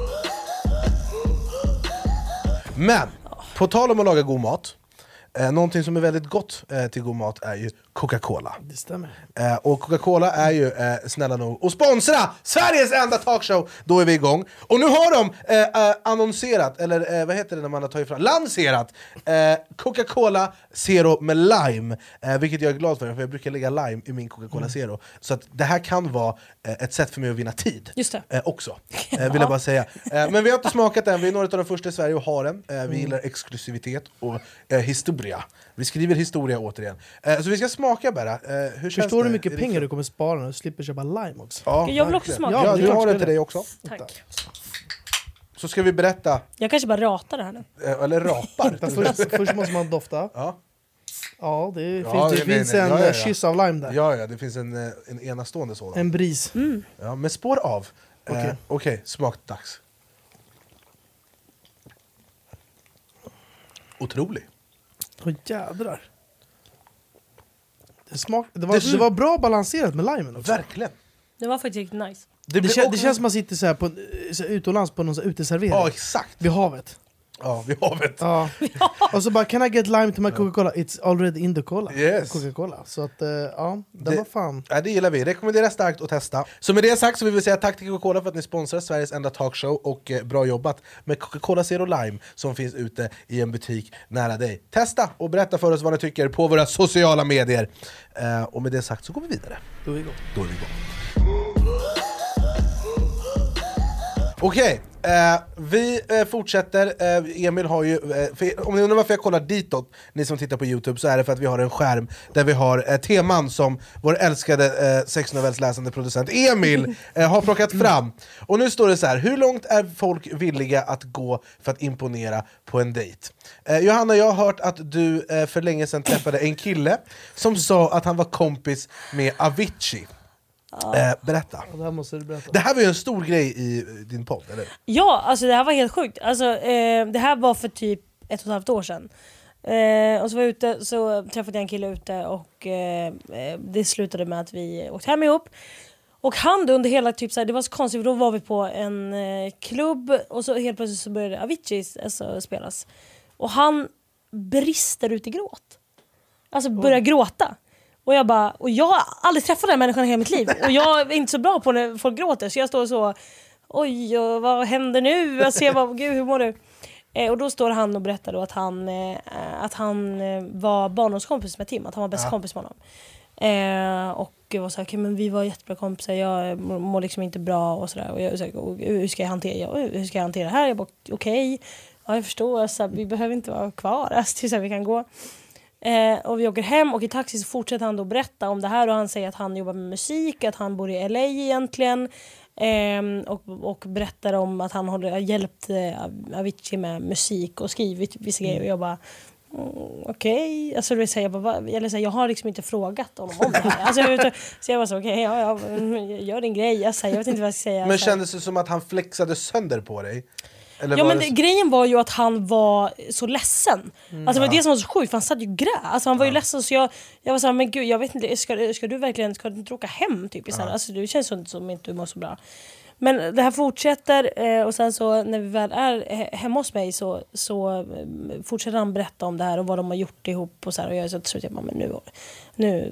Men, på tal om att laga god mat. Eh, någonting som är väldigt gott eh, till god mat är ju Coca-Cola. Det stämmer. Eh, och Coca-Cola är ju eh, snälla nog och sponsra Sveriges enda talkshow. Då är vi igång. Och nu har de eh, eh, annonserat, eller eh, vad heter det när man har tagit fram? Lanserat eh, Coca-Cola Zero med lime. Eh, vilket jag är glad för, för jag brukar lägga lime i min Coca-Cola mm. Zero. Så att det här kan vara eh, ett sätt för mig att vinna tid. Just det. Eh, också, eh, vill jag bara säga. Eh, men vi har inte smakat den, vi är några av de första i Sverige att ha den. Eh, vi mm. gillar exklusivitet och eh, historia. Vi skriver historia återigen. Eh, så vi ska smaka bara. Eh, hur Förstår du hur mycket pengar du kommer spara när du slipper köpa lime också? Ja, jag vill också smaka. Ja, du har det till dig också. Tack. Så ska vi berätta. Jag kanske bara ratar det här nu. Eh, eller rapar. först, först måste man dofta. Ja. Ja, det ja, finns, det nej, finns nej, en ja, ja, ja. kyss av lime där. Ja, ja, det finns en, en enastående sådan. En bris. Mm. Ja, med spår av. Okej, okay. eh, okay, smakdags. Otrolig. Åh jädrar. Det, smak, det, var, det, det var bra balanserat med limen också. Verkligen. Det var faktiskt riktigt nice. Det, det, kän, det känns som man sitter så här på, så här utomlands på någon så här uteservering. Ja, exakt. Vid havet. Ja, vid havet. Ja. Och så bara, can I get lime to my Coca-Cola? It's already in the cola. Yes. Coca-Cola. Så att, uh, ja, det, det var fan. Ja, det gillar vi. Rekommenderar starkt att testa. Så med det sagt så vill vi säga tack till Coca-Cola för att ni sponsrar Sveriges enda talkshow. Och eh, bra jobbat med Coca-Cola Zero Lime som finns ute i en butik nära dig. Testa och berätta för oss vad ni tycker på våra sociala medier. Eh, och med det sagt så går vi vidare. Då är vi igång. Då är vi igång. Okej, okay, eh, vi eh, fortsätter. Eh, Emil har ju, eh, för, om ni undrar varför jag kollar ditåt, ni som tittar på YouTube, så är det för att vi har en skärm där vi har eh, teman som vår älskade eh, sexnovellsläsande producent Emil eh, har plockat fram. Och nu står det så här: hur långt är folk villiga att gå för att imponera på en dejt? Eh, Johanna, jag har hört att du eh, för länge sedan träffade en kille som sa att han var kompis med Avicii. Ja. Eh, berätta. Det här måste du berätta. Det här var ju en stor grej i din podd, eller? Ja, alltså det här var helt sjukt. Alltså, eh, det här var för typ ett och ett halvt år sedan. Eh, och så var jag ute, så träffade jag en kille ute och eh, det slutade med att vi åkte hem ihop. Och han under hela typ så här, det var så konstigt, för då var vi på en eh, klubb och så helt plötsligt så började Avicii alltså, spelas. Och han brister ut i gråt. Alltså börjar oh. gråta. Och jag bara, och jag har aldrig träffat den människan i hela mitt liv. Och jag är inte så bra på när folk gråter. Så jag står så, oj, vad händer nu? Jag ser bara, gud, hur mår du? Eh, och då står han och berättar då att han, eh, att han eh, var barndomskompis med Tim, att han var bäst ja. kompis med honom. Eh, och jag var så här, okay, men vi var jättebra kompisar, jag mår liksom inte bra och sådär. Och jag, så och hur ska jag hantera, jag, hur ska jag hantera det här? Jag bara, okej, okay, ja, jag förstår, så här, vi behöver inte vara kvar, alltså, tills vi kan gå. Eh, och vi åker hem och i taxi så fortsätter han då berätta om det här och han säger att han jobbar med musik, att han bor i L A egentligen. Eh, och, och berättar om att han har hjälpt eh, Avicii med musik och skrivit vissa grejer. Och jag bara, mm, okej. Okay. Alltså, det vill säga, jag, bara, jag, säga, jag har liksom inte frågat honom om det här. Alltså, jag, så jag var så, okej, okay, ja, ja, gör din grej. Jag, säger, jag vet inte vad jag ska säga. Men kändes det som att han flexade sönder på dig? Eller ja men det... grejen var ju att han var så ledsen. Mm. Alltså det var det som var så sjukt, för han satt ju grä. Alltså han var ju ja. ledsen, så jag, jag var såhär, men gud, jag vet inte, ska, ska du verkligen, ska du inte åka hem typ? Ja. Alltså det känns som, som inte du mår så bra. Men det här fortsätter eh, och sen så när vi väl är hemma hos mig så, så fortsätter han berätta om det här och vad de har gjort ihop och så här, och jag är så trött, jag bara, men nu, nu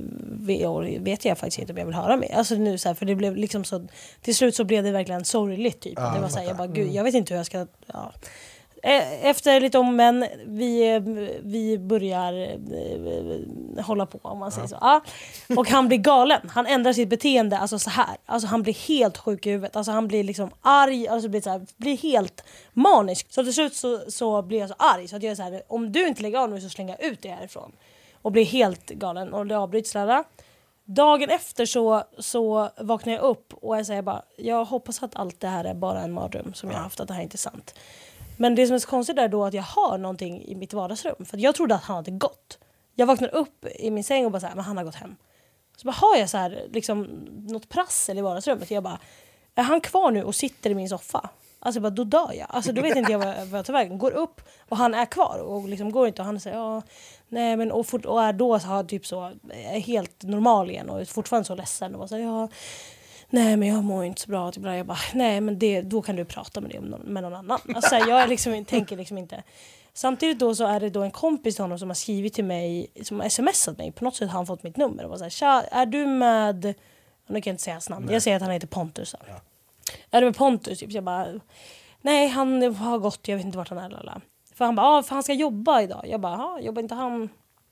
vet jag faktiskt inte om jag vill höra mer. Alltså nu så här, för det blev liksom så, till slut så blev det verkligen sorgligt typ. Ja, det var så här, jag bara, gud, jag vet inte hur jag ska, ja. Efter lite om men vi, vi börjar eh, hålla på, om man säger så. Ja. Och han blir galen. Han ändrar sitt beteende alltså så här. Alltså han blir helt sjuk i huvudet. Alltså han blir liksom arg, alltså blir så här, blir helt manisk. Så till slut så, så blir jag så arg så att jag är så här, om du inte lägger av nu så slänger jag ut det härifrån. Och blir helt galen och det avbryts där. Dagen efter så, så vaknar jag upp och jag säger bara, jag hoppas att allt det här är bara en mardröm som jag har haft, att det här är inte sant. Men det som är så konstigt är då att jag har någonting i mitt vardagsrum. För jag trodde att han hade gått. Jag vaknar upp i min säng och bara så här, men han har gått hem. Så bara har jag så här, liksom, något prassel i vardagsrummet. Jag bara, är han kvar nu och sitter i min soffa? Alltså bara, då dör jag. Alltså då vet inte jag vad, vad jag tar vägen. Går upp och han är kvar och liksom går inte. Och han säger, ja, nej men och, fort, och är då så har typ så, är helt normal igen och är fortfarande så ledsen. Och bara så här, ja... Nej men jag mår inte så bra. Typ. Jag bara, nej men det, då kan du prata med det om någon, med någon annan. Alltså, jag liksom, tänker liksom inte. Samtidigt då så är det då en kompis till honom som har skrivit till mig, som har smsat mig. På något sätt har han fått mitt nummer och var så här, tja, är du med, nu kan jag inte säga hans namn. Nej. Jag säger att han heter Pontus. Ja. Är du med Pontus? Typ. Så jag bara, nej han har gått, jag vet inte vart han är. Lala. För han bara, ah, för han ska jobba idag. Jag bara, ah, jobbar inte han...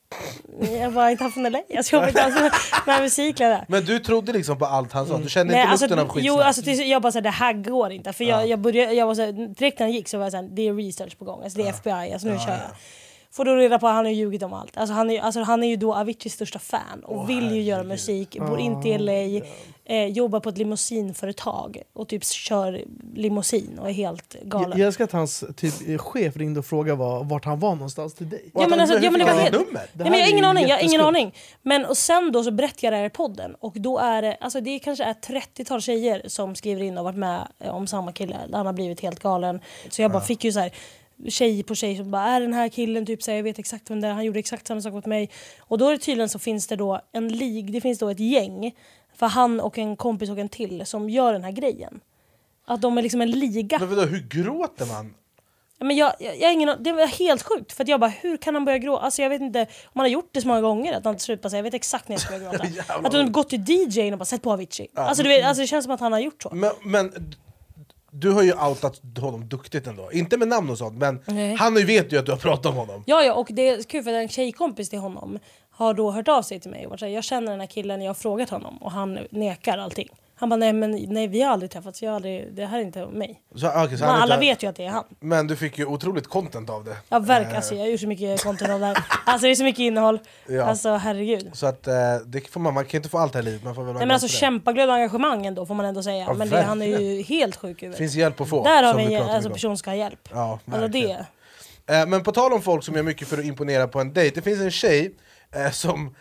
Jag var inte från L A. Jag jobbade inte alls med musiklärare. Men du trodde liksom på allt han sa. Du kände Nej, inte alltså, lukten av skitsnack. Jo, alltså till, jag bara så här, det här går inte. För jag, ja. jag började, jag var så här, direkt när han gick så var jag så här, det är research på gång. Alltså det är ja. F B I, alltså nu ja, kör jag. Ja. Får då reda på att han har ljugit om allt. Alltså han är, alltså han är ju då Aviciis största fan och oh, vill ju herregud. göra musik. Bor oh, inte i L A, yeah. eh, jobbar på ett limousinföretag och typ kör limousin och är helt galen. Jag, jag älskar att hans typ, chef ringde och frågade var, vart han var någonstans till dig. Ja men, alltså, ja, men det var helt... Nej, men jag har ingen aning, jag har ingen aning. Men och sen då så berättar jag det här i podden och då är det, alltså det kanske är trettiotal tjejer som skriver in och varit med om samma kille. Han har blivit helt galen. Så jag bara ja. fick ju så här tjej på tjej som bara, är den här killen typ så här, jag vet exakt vem det är, han gjorde exakt samma sak mot mig. Och då är det tydligen så finns det då en lig, det finns då ett gäng för han och en kompis och en till som gör den här grejen. Att de är liksom en liga. Men vadå, hur gråter man? Men jag, jag, jag ingen, det var helt sjukt för att jag bara, hur kan han börja gråta? Alltså jag vet inte, om man har gjort det så många gånger att han till slut bara säger, jag vet exakt när jag ska börja gråta. Att de har gått till D J:n och bara sett på Avicii. Ja, alltså, du vet, alltså det känns som att han har gjort så. Men, men du har ju outat honom duktigt ändå. Inte med namn och sånt, men Nej. han vet ju att du har pratat om honom. Ja, ja, och det är kul för en tjejkompis till honom har då hört av sig till mig och sagt, jag känner den här killen, jag har frågat honom och han nekar allting. Han bara, nej men nej, vi har aldrig träffats, jag har aldrig, det här är inte mig. Så, okay, så men alla inte... vet ju att det är han. Men du fick ju otroligt content av det. Ja, verkligen. Alltså, jag har gjort så mycket content av det här. Alltså det är så mycket innehåll. Ja. Alltså herregud. Så att det får man, man kan inte få allt här livet. Man får väl nej, men alltså kämpaglöd och engagemang ändå får man ändå säga. Ja, men det, han är ju helt sjuk över. Finns hjälp att få. Där har vi en alltså, person ska ha hjälp. Ja, alltså det. Men på tal om folk som gör mycket för att imponera på en dejt. Det finns en tjej eh, som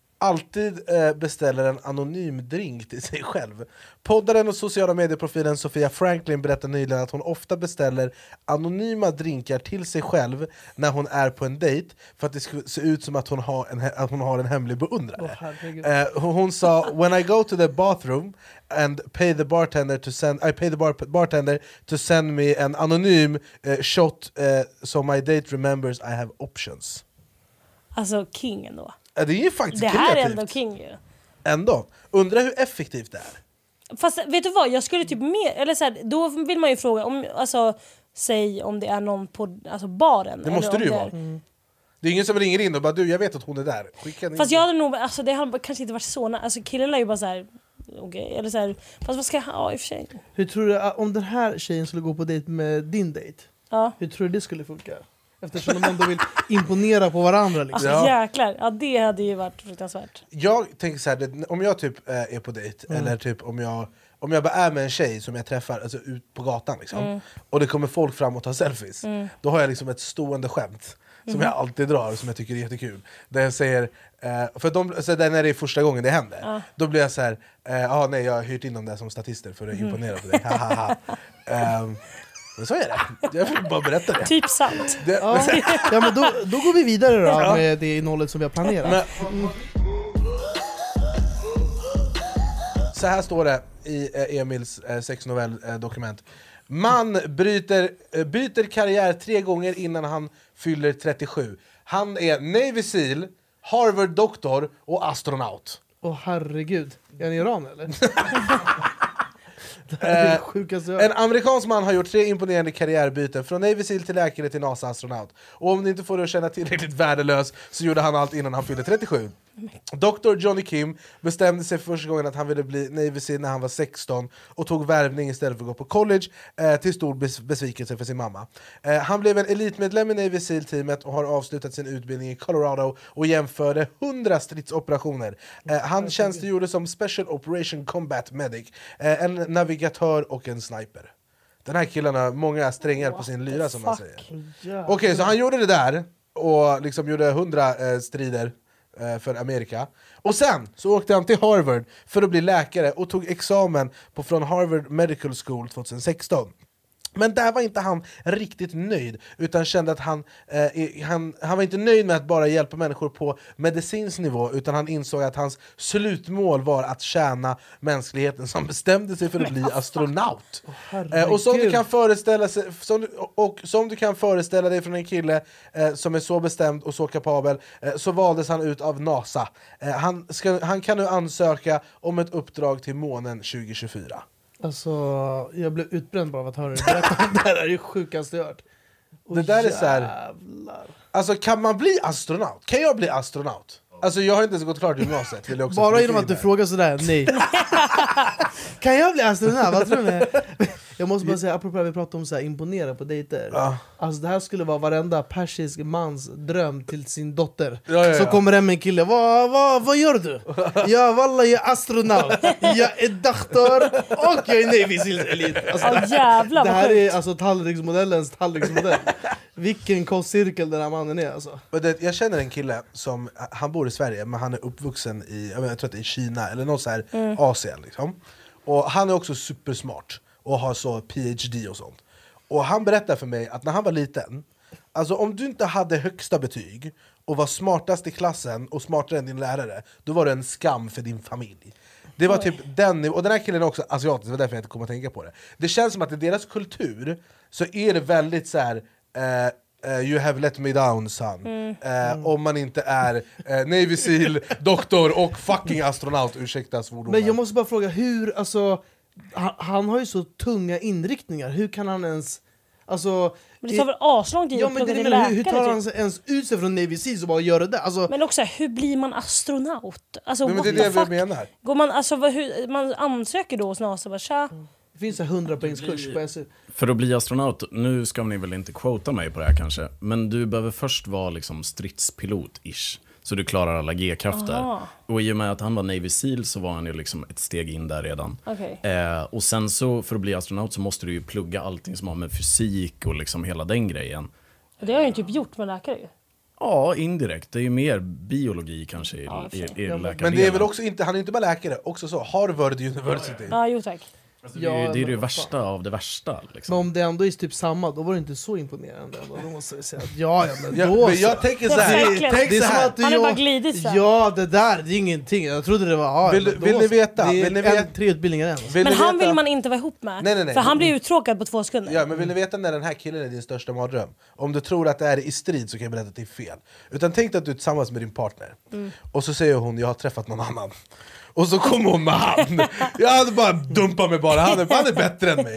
alltid eh, beställer en anonym drink till sig själv. Poddaren och sociala medieprofilen Sofia Franklin berättar nyligen att hon ofta beställer anonyma drinkar till sig själv när hon är på en dejt för att det ska se ut som att hon har en, att hon har en hemlig beundrare. Oh, eh, hon sa, when I go to the bathroom and pay the bartender to send I pay the bar, bartender to send me an anonym eh, shot eh, so my date remembers I have options. Alltså king ändå. Det är ju faktiskt det här kreativt. är ändå king ju. Ändå. Undrar hur effektivt det är. Fast vet du vad, jag skulle typ mer, eller så här, då vill man ju fråga om, alltså säg om det är någon på alltså baren. Det måste eller det ju det vara. är... Mm. Det är ingen som ringer in och bara du, jag vet att hon är där. Skicka Fast jag hade nog, alltså det hade kanske inte varit så, alltså killen är ju bara så här. Okej, okay. Eller så här, fast vad ska jag ha i och för sig? Hur tror du, om den här tjejen skulle gå på dejt med din dejt? Ja. Hur tror du det skulle funka? Eftersom de ändå vill imponera på varandra liksom. Alltså, jäklar, ja det hade ju varit fruktansvärt. Jag tänker så här, om jag typ äh, är på dejt, mm. eller typ om jag Om jag bara är med en tjej som jag träffar alltså, ut på gatan liksom, mm. och det kommer folk fram och tar selfies, mm. då har jag liksom ett stående skämt som mm. jag alltid drar, som jag tycker är jättekul. Där jag säger, eh, för de, så där när det är första gången det händer, ja. Då blir jag så här, eh, ah, nej jag har hyrt in dem där som statister för att mm. imponera på dig. um, men så är det, jag vill bara berätta det. Typ sant. Det, ja. Ja, men då, då går vi vidare då, ja. Med det innehållet som vi har planerat. Men, mm. Så här står det i eh, Emils eh, sexnovell-dokument. Man bryter, eh, byter karriär tre gånger innan han fyller trettiosju. Han är Navy Seal, Harvard-doktor och astronaut. Åh oh, herregud, är han i Iran eller? Eh, en amerikansk man har gjort tre imponerande karriärbyten, från Navy Seal till läkare till NASA-astronaut. Och om ni inte får det att känna tillräckligt värdelös, så gjorde han allt innan han fyllde trettiosju. doktor Johnny Kim bestämde sig för första gången att han ville bli Navy Seal när han var sexton och tog värvning istället för att gå på college, eh, till stor bes- besvikelse för sin mamma. Eh, han blev en elitmedlem i Navy Seal-teamet och har avslutat sin utbildning i Colorado och jämförde hundra stridsoperationer. Eh, han tjänstgjorde som Special Operation Combat Medic, eh, en navigatör och en sniper. Den här killen har många strängar på sin lyra som man säger. Okej, okay, så han gjorde det där och liksom gjorde hundra eh, strider för Amerika. Och sen så åkte han till Harvard för att bli läkare och tog examen på från Harvard Medical School tjugohundrasexton. Men där var inte han riktigt nöjd, utan kände att han, eh, han, han var inte nöjd med att bara hjälpa människor på medicinsk nivå, utan han insåg att hans slutmål var att tjäna mänskligheten, som bestämde sig för att bli astronaut. Oh, eh, och, som du kan föreställa sig, som, och som du kan föreställa dig från en kille eh, som är så bestämd och så kapabel, eh, så valdes han ut av NASA. Eh, han, ska, han kan nu ansöka om ett uppdrag till månen tjugohundratjugofyra. Alltså, jag blev utbränd bara av att höra det. Det där är ju sjukaste jag hört. Det där är så här. Alltså, kan man bli astronaut? Kan jag bli astronaut? Alltså, jag har inte ens gått klart i gymnasiet. Vill jag också bara genom att du frågar sådär, nej. Kan jag bli astronaut? Vad tror ni? Jag måste bara säga, apropå att vi pratar om så här, imponera på dejter. Ja. Alltså det här skulle vara varenda persisk mans dröm till sin dotter. Ja, ja, ja. Så kommer hem en kille, vad va, va gör du? Ja, walla, jag är astronaut. Jag är doktor och jag är Navy Seals elit. Alltså, oh, jävlar, det här är alltså tallriksmodellens tallriksmodell. Vilken kostcirkel den här mannen är alltså. Det, jag känner en kille som, han bor i Sverige, men han är uppvuxen i, jag, vet, jag tror att det är Kina eller något så här mm. Asien liksom. Och han är också supersmart och har så P H D och sånt. Och han berättar för mig att när han var liten, alltså om du inte hade högsta betyg och var smartast i klassen och smartare än din lärare, då var det en skam för din familj. Det var Oj. typ den, och den här killen är också asiatisk, det var därför jag inte kom att tänka på det. Det känns som att i deras kultur så är det väldigt så här. Uh, uh, you have let me down son. Mm. Uh, mm. Om man inte är uh, Navy Seal, doktor och fucking astronaut, ursäkta svordomar. Men jag måste bara fråga, hur, alltså han, han har ju så tunga inriktningar, hur kan han ens, alltså men det tar väl aslång tid ja, att plugga till hur, läkare. Hur tar han typ? ens ut sig från Navy Seals och bara gör det där? Alltså, men också, hur blir man astronaut? Alltså, men det är det jag menar. Går man, alltså, hur, man ansöker då hos NASA, bara tja. Mm. Det finns en hundra poängskurs på S U. För att bli astronaut, nu ska ni väl inte quota mig på det här kanske, men du behöver först vara liksom stridspilot-ish, så du klarar alla G-krafter. Och i och med att han var Navy Seal så var han ju liksom ett steg in där redan. Okay. Eh, och sen så för att bli astronaut så måste du ju plugga allting som har med fysik och liksom hela den grejen. Det har jag ju typ gjort med läkare ju. Ja, indirekt. Det är ju mer biologi kanske i, ja, i, i ja, men det är väl också inte, han är inte bara läkare, också så Harvard University. Ja, jo tack. Alltså, det, är, det är det värsta av det värsta liksom. Men om det ändå är typ samma, då var det inte så imponerande. Då måste jag säga att ja, ja men ja, då men jag tänker så här, det, tänk det är så här. som att du, han är jag, bara glidit så. Ja, det där, det är ingenting. Jag trodde det var ja, Vill, vill då, ni veta? Det är vill ni veta? En, tre utbildningar än. Men han vill man inte vara ihop med. Nej, nej, nej. För han blir uttråkad på två sekunder. Ja, men vill ni veta när den här killen är din största mardröm? Om du tror att det är i strid så kan jag berätta att det är fel. Utan tänk att du är tillsammans med din partner. Mm. Och så säger hon, jag har träffat någon annan. Och så kommer hon med han. Jag hade bara dumpat mig bara, han är, han är bättre än mig.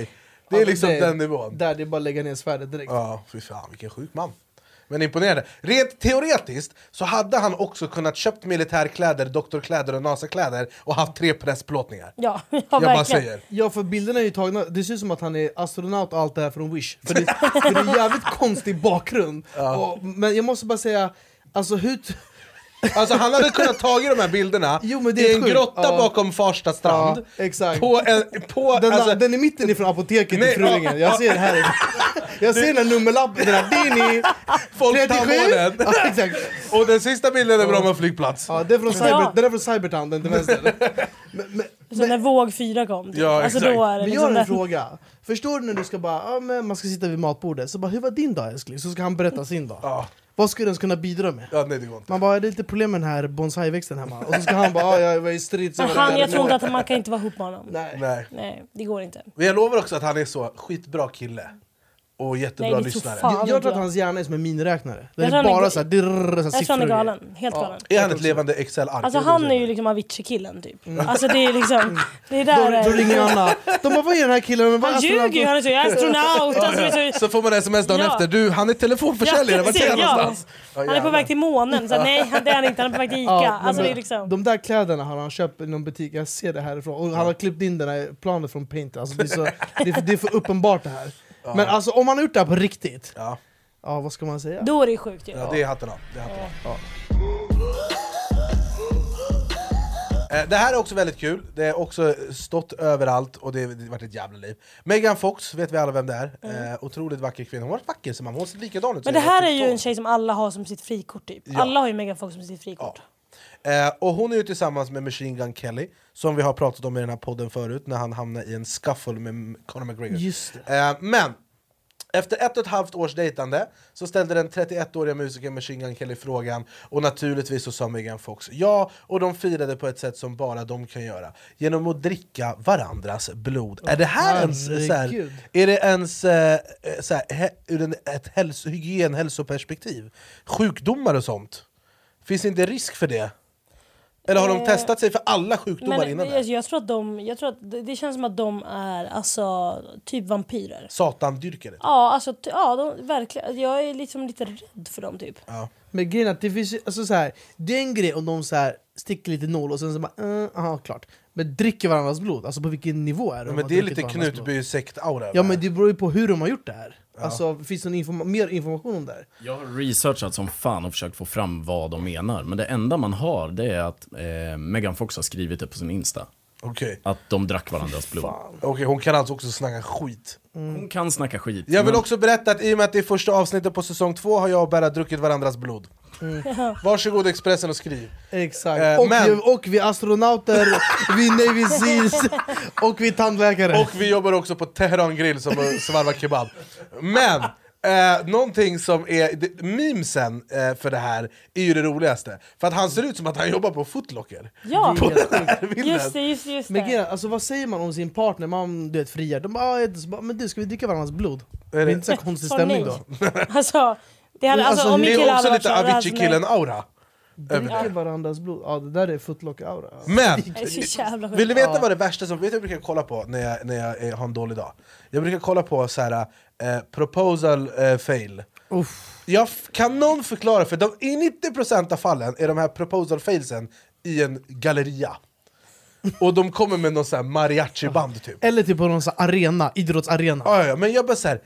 Det är alltså, liksom det, den nivån. Där det är bara att lägga ner svärdet direkt. Ja, fy fan, vilken sjuk man. Men imponerande. Rent teoretiskt så hade han också kunnat köpt militärkläder, doktorkläder och NASA-kläder och haft tre pressplåtningar. Ja, ja jag verkligen. bara säger. Ja, för bilderna är ju tagna, det ser ut som att han är astronaut och allt det här från Wish. För det, för det är en jävligt konstig bakgrund. Ja. Och, men jag måste bara säga, alltså hur... T- Alltså han hade kunnat ta de här bilderna jo, men det i är en sjukt. grotta Ja. bakom Farsta strand. Ja, exakt. På en, på, Den, alltså, den är mitten ifrån apoteket nej, till Fruingen. Jag ser det här. Jag ser den här nummerlappen, den här Dini Folktandvården. Ja, exakt. Och den sista bilden är Bromma flygplats. Ja, det är från, cyber, Ja. den är från Cybertown, den till vänster. Men, men, Så när våg fyra kom. Ja, alltså exakt. då är det men liksom jag har en den- fråga. Förstår du när du ska bara, ja, men man ska sitta vid matbordet, så bara, hur var din dag älskling? Så ska han berätta sin dag. Ja. Vad skulle den kunna bidra med? Ja, nej, det går inte. Man bara, det är lite problem med den här bonsaiväxten hemma. Och så ska han bara, ah, jag var i strid. så Men var det han, där jag tror med- inte att man kan inte vara ihop med honom. Nej. Nej. Nej, det går inte. Men jag lovar också att han är så skitbra kille. Och jättebra Nej, det tror lyssnare. fan. Jag, jag tror att hans hjärna är som en miniräknare. Det Jag tror är han är bara ga- så här, dirr, så här Jag tror han siffror är och grejer. galen. Helt Ja. galen. Är han ett levande Excel-ark? Alltså han är ju liksom Avicii-killen typ. Alltså det är liksom... Det är Då, där... då ringer Anna. De bara, vad är den här killen? Men vad är Han ljuger ju, han är så, jag är astronaut. Alltså, det är så, Så får man sms dagen Ja. efter. Du, han är telefonförsäljare. Vart är han ja. någonstans? Ja, Han är på jävlar. väg till månen. Så, nej, han- det är han inte. Han är på väg till Ica. Ja, alltså, men det är liksom... de där kläderna har han köpt i någon butik, jag ser det härifrån. Och han har klippt in den här planen från Paint. Alltså, det, är så, det, är för, det är för uppenbart det här. Men alltså om man har gjort det här på riktigt, Ja. ja vad ska man säga? Då är det sjukt ju. Ja, det är hatten av. Det, är hatten av. Eh, det här är också väldigt kul. Det har också stått överallt och det har varit ett jävla liv. Megan Fox, vet vi alla vem det är. Eh, otroligt vacker kvinna. Hon har varit vacker som man. Hon ser likadan ut. Men det här är ju en tjej som alla har som sitt frikort typ. Ja. Alla har ju Megan Fox som sitt frikort. Eh, och hon är ju tillsammans med Machine Gun Kelly, som vi har pratat om i den här podden förut, när han hamnade i en scuffle med Conor McGregor. Just det. Eh, men efter ett och ett halvt års dejtande så ställde den trettioettåriga musikern Machine Gun Kelly frågan, och naturligtvis så sa Megan Fox ja, och de firade på ett sätt som bara de kan göra, genom att dricka varandras blod. Är det här ens så här, herregud. är det ens eh, så här, he, ur en, ett hälso, hygien, hälsoperspektiv? Sjukdomar och sånt? Finns det inte risk för det? Eller har de Eh, testat sig för alla sjukdomar Men innan jag, det? jag tror att de, jag tror att det, det känns som att de är alltså typ vampyrer. Satandyrkare? Ja, alltså ty, ja, de, verkligen. Jag är liksom lite rädd för dem typ. Ja. Men grejen är att det finns ju- alltså så här, det är en grej om de så här sticker lite nål och sen så bara, uh, aha, klart. Men dricker varandras blod, alltså på vilken nivå är det? Ja, de men har det är druckit lite varandras blod? Knutby-sekt-aura. Ja men det beror ju på hur de har gjort det här. Alltså finns det någon informa- mer information om det här? Jag har researchat som fan och försökt få fram vad de menar. Men det enda man har, det är att eh, Megan Fox har skrivit det på sin Insta. Okej. Att de drack varandras blod. Okej, hon kan alltså också snacka skit. Hon kan snacka skit. Jag vill men- också berätta att i och med att det är första avsnittet på säsong två har jag och Berra druckit varandras blod. Varsågod Expressen och skriv. Exakt. Eh, och, men- vi, och vi astronauter, vi Navy Seals och vi tandläkare. Och vi jobbar också på Teheran Grill som svarvar kebab. Men eh, någonting som är det, memesen eh, för det här är ju det roligaste. För att han ser ut som att han jobbar på Foot Locker. Ja, På den här bilden. just det, just det, just Men det. grejen, alltså, vad säger man om sin partner? Man du vet, friar. De bara, ah, jag- så bara, men du ska vi dricka varandras blod? Det är det- inte så här konstig Så stämning nej. då. Alltså, det hade, alltså, Alltså, om min Det kille är också hade varit lite så, alltså, Avicii-killen-aura. Dricker varandras blod. Ja, det där är footlocker-aura. Men, nej, det är så jävla sjukt. vill du veta vad det värsta som, vet du vad jag brukar kolla på när jag, när jag eh, har en dålig dag? Jag brukar kolla på så här, eh, proposal eh, fail. Jag f- kan någon förklara, för de, i nittio procent av fallen är de här proposal failsen i en galleria. Och de kommer med någon så här mariachi-band typ. Eller typ på någon sån här arena, idrottsarena. Ja, ja, men jag bara såhär,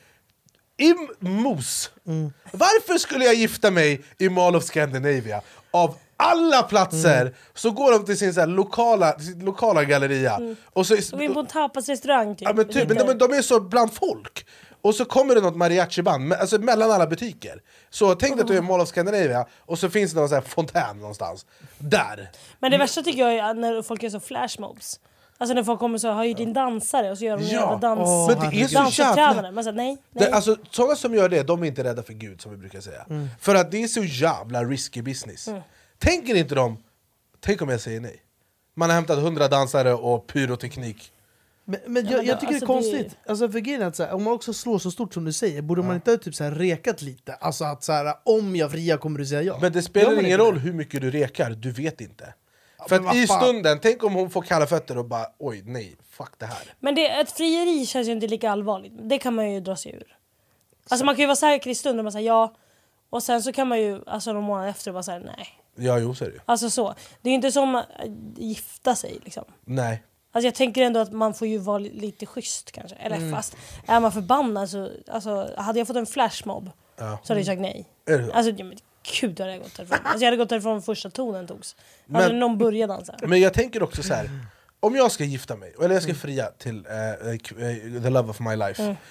i mos. Varför skulle jag gifta mig i Mall of Scandinavia? Av alla platser Mm. så går de till sin så här lokala, sin lokala galleria. Mm. Och så, Och vi är på en tapasrestaurang typ. ja, men typ men de, de är så bland folk. Och så kommer det något mariachi-band, me- alltså mellan alla butiker. Så tänk dig att du är i Mall of Scandinavia och så finns det någon så här fontän någonstans. Där. Men det värsta tycker jag är när folk gör så flashmobs. Alltså när folk kommer så har ju din dansare och så gör de Ja. jävla dans, Åh, men det är så dansuppträdande. jävla- Man säger nej, nej. Det, alltså, sådana som gör det, de är inte rädda för Gud som vi brukar säga. Mm. För att det är så jävla risky business. Mm. Tänker inte de, tänk om jag säger nej. Man har hämtat hundra dansare och pyroteknik. Men, men Ja, jag, men jag då- tycker alltså, det är det- konstigt, alltså för grejen är att så här, om man också slår så stort som du säger, borde man inte ha typ så här rekat lite? Alltså att så här, om jag friar kommer du säga ja. Men det Gör spelar man ingen inte roll det? hur mycket du rekar, du vet inte. För att i stunden, tänk om hon får kalla fötter och bara oj nej, fuck det här. Men det, ett frieri känns ju inte lika allvarligt. Det kan man ju dra sig ur. Alltså man kan ju vara säker i stunden och man säger ja. Och sen så kan man ju alltså någon månad efter bara säga nej. Ja, jo, så är det ju. Alltså så. Det är ju inte som att gifta sig liksom. Nej. Alltså jag tänker ändå att man får ju vara lite schysst kanske. Eller Mm. fast är man förbannad så... Alltså hade jag fått en flashmob ja. så hade jag sagt nej. Är det så? Alltså ja, men gud hade jag gått därifrån. Alltså jag hade gått därifrån första tonen togs. Alltså Men- någon började dansa. Men jag tänker också så här. Om jag ska gifta mig, eller jag ska fria till uh, uh, the love of my life. Mm.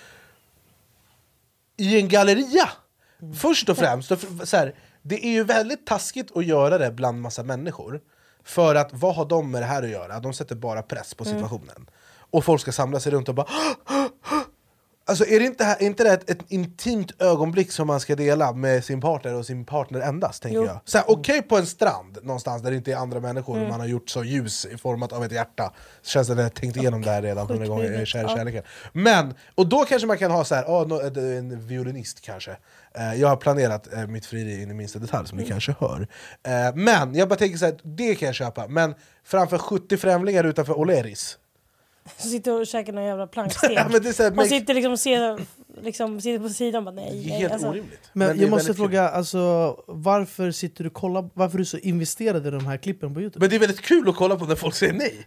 I en galleria, först och främst, så, så här, det är ju väldigt taskigt att göra det bland massa människor. För att vad har de med det här att göra? De sätter bara press på situationen. Mm. Och folk ska samla sig runt och bara... Alltså är det inte, här, är inte det ett, ett intimt ögonblick som man ska dela med sin partner och sin partner endast, tänker Jo. jag. Så här, okej okay, på en strand någonstans där det inte är andra människor Mm. och man har gjort så ljus i format av ett hjärta. Så känns det att jag har tänkt igenom det här redan hundra gånger, jag är kär i Ja. kärleken. Men, och då kanske man kan ha så här, oh, no, en violinist kanske. Uh, jag har planerat uh, mitt frieri in i minsta detalj som ni Mm. kanske hör. Uh, men jag bara tänker så här, det kan jag köpa. Men framför sjuttio främlingar utanför O'Learys. Så sitter och käkar någon jävla planksteg. Ja, men det är så här, och men- sitter liksom och ser, liksom, sitter på sidan och bara nej. Det är nej, helt alltså. orimligt. Men, Men det är jag måste väldigt fråga, alltså, varför sitter du och kollar, varför är du så investerad i de här klippen på YouTube? Men det är väldigt kul att kolla på när folk säger nej.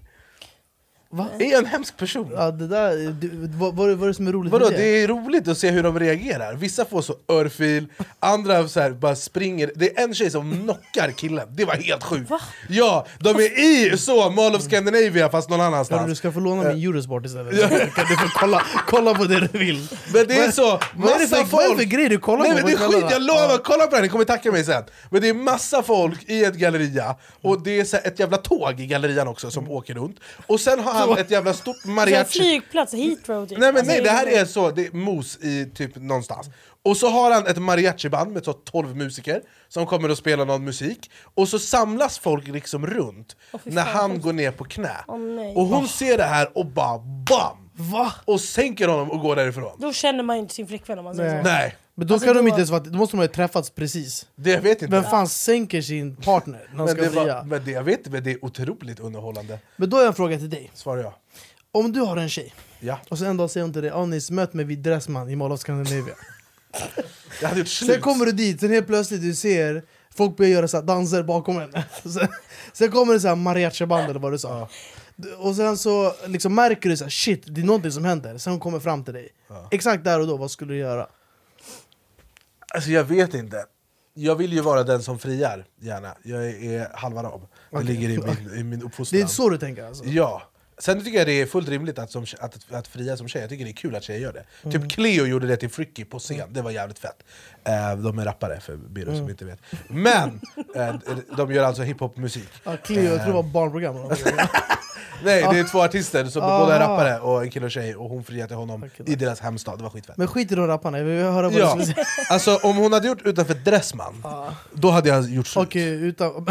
Va? Är jag en hemsk person? Ja, det där, du, vad, vad, vad är det som är roligt Vadå, med det är roligt att se hur de reagerar. Vissa får så örfil, andra så här bara springer. Det är en tjej som knockar killen, det var helt sjukt. Va? Ja, de är i så Mall of Scandinavia fast någon annanstans. Ja, du ska få låna min Eurosport istället. Så kan du få kolla, kolla på det du vill. Men det är så, Vad är det massa för, vad är det för folk. grej du kollar Nej på? men det är på skit, kvällarna? jag lovar, kolla på den, ni kommer tacka mig sen. Men det är massa folk i ett galleria, och det är så här ett jävla tåg i gallerian också som åker runt. Och sen har han ett jävla stort Så en mariachi. flygplats, Heathrow typ. Nej men Alltså, nej, det här är... är så, det är mos i typ någonstans. Och så har han ett mariachiband med så tolv musiker som kommer att spela någon musik. Och så samlas folk liksom runt Åh, fy när fan. han går ner på knä. Åh, nej. Och hon ser det här och bara BAM! Va? Och sänker honom och går därifrån. Då känner man ju inte sin flickvän om man säger Nej. så. Nej, Men då Alltså, kan de då- inte ens vara, då måste de ha träffats precis. det jag vet inte. Vem fan sänker sin partner när de men, ska det fria? var, men det jag vet inte, men det är otroligt underhållande. Men då är en fråga till dig. Svarar jag. Om du har en tjej, Ja. och så en dag säger hon till dig Anis, möt mig vid Dressman i Mall of Scandinavia. Jag hade gjort slut. Sen kommer du dit, sen helt plötsligt du ser folk börjar göra så här danser bakom henne. Sen, sen kommer det så här mariachiband eller vad du sa. Och sen så liksom märker du så här, shit, det är någonting som händer. Sen hon kommer fram till dig. Ja. Exakt där och då, vad skulle du göra? Alltså jag vet inte. Jag vill ju vara den som friar, gärna. Jag är, är halv arab. Det Okej. ligger i min, i min uppfostran. Det är så du tänker alltså? Ja. Sen tycker jag det är fullt rimligt att, som, att, att fria som tjej. Jag tycker det är kul att tjejer gör det. Mm. Typ Cleo gjorde det till Fricky på scen. Det var jävligt fett. Eh, de är rappare för Biro Mm. som inte vet. Men eh, de gör alltså hiphop-musik. Ja, Cleo, jag tror det var barnprogram. Nej, det är två artister som Aha. båda är rappare och en kille och tjej, och hon friade till honom Okej, i deras hemstad. Det var skitfett. Men skit i de rapparna, jag vill höra vad Ja, du skulle säga. alltså om hon hade gjort utanför Dressman, då hade jag gjort slut. Okej, utan...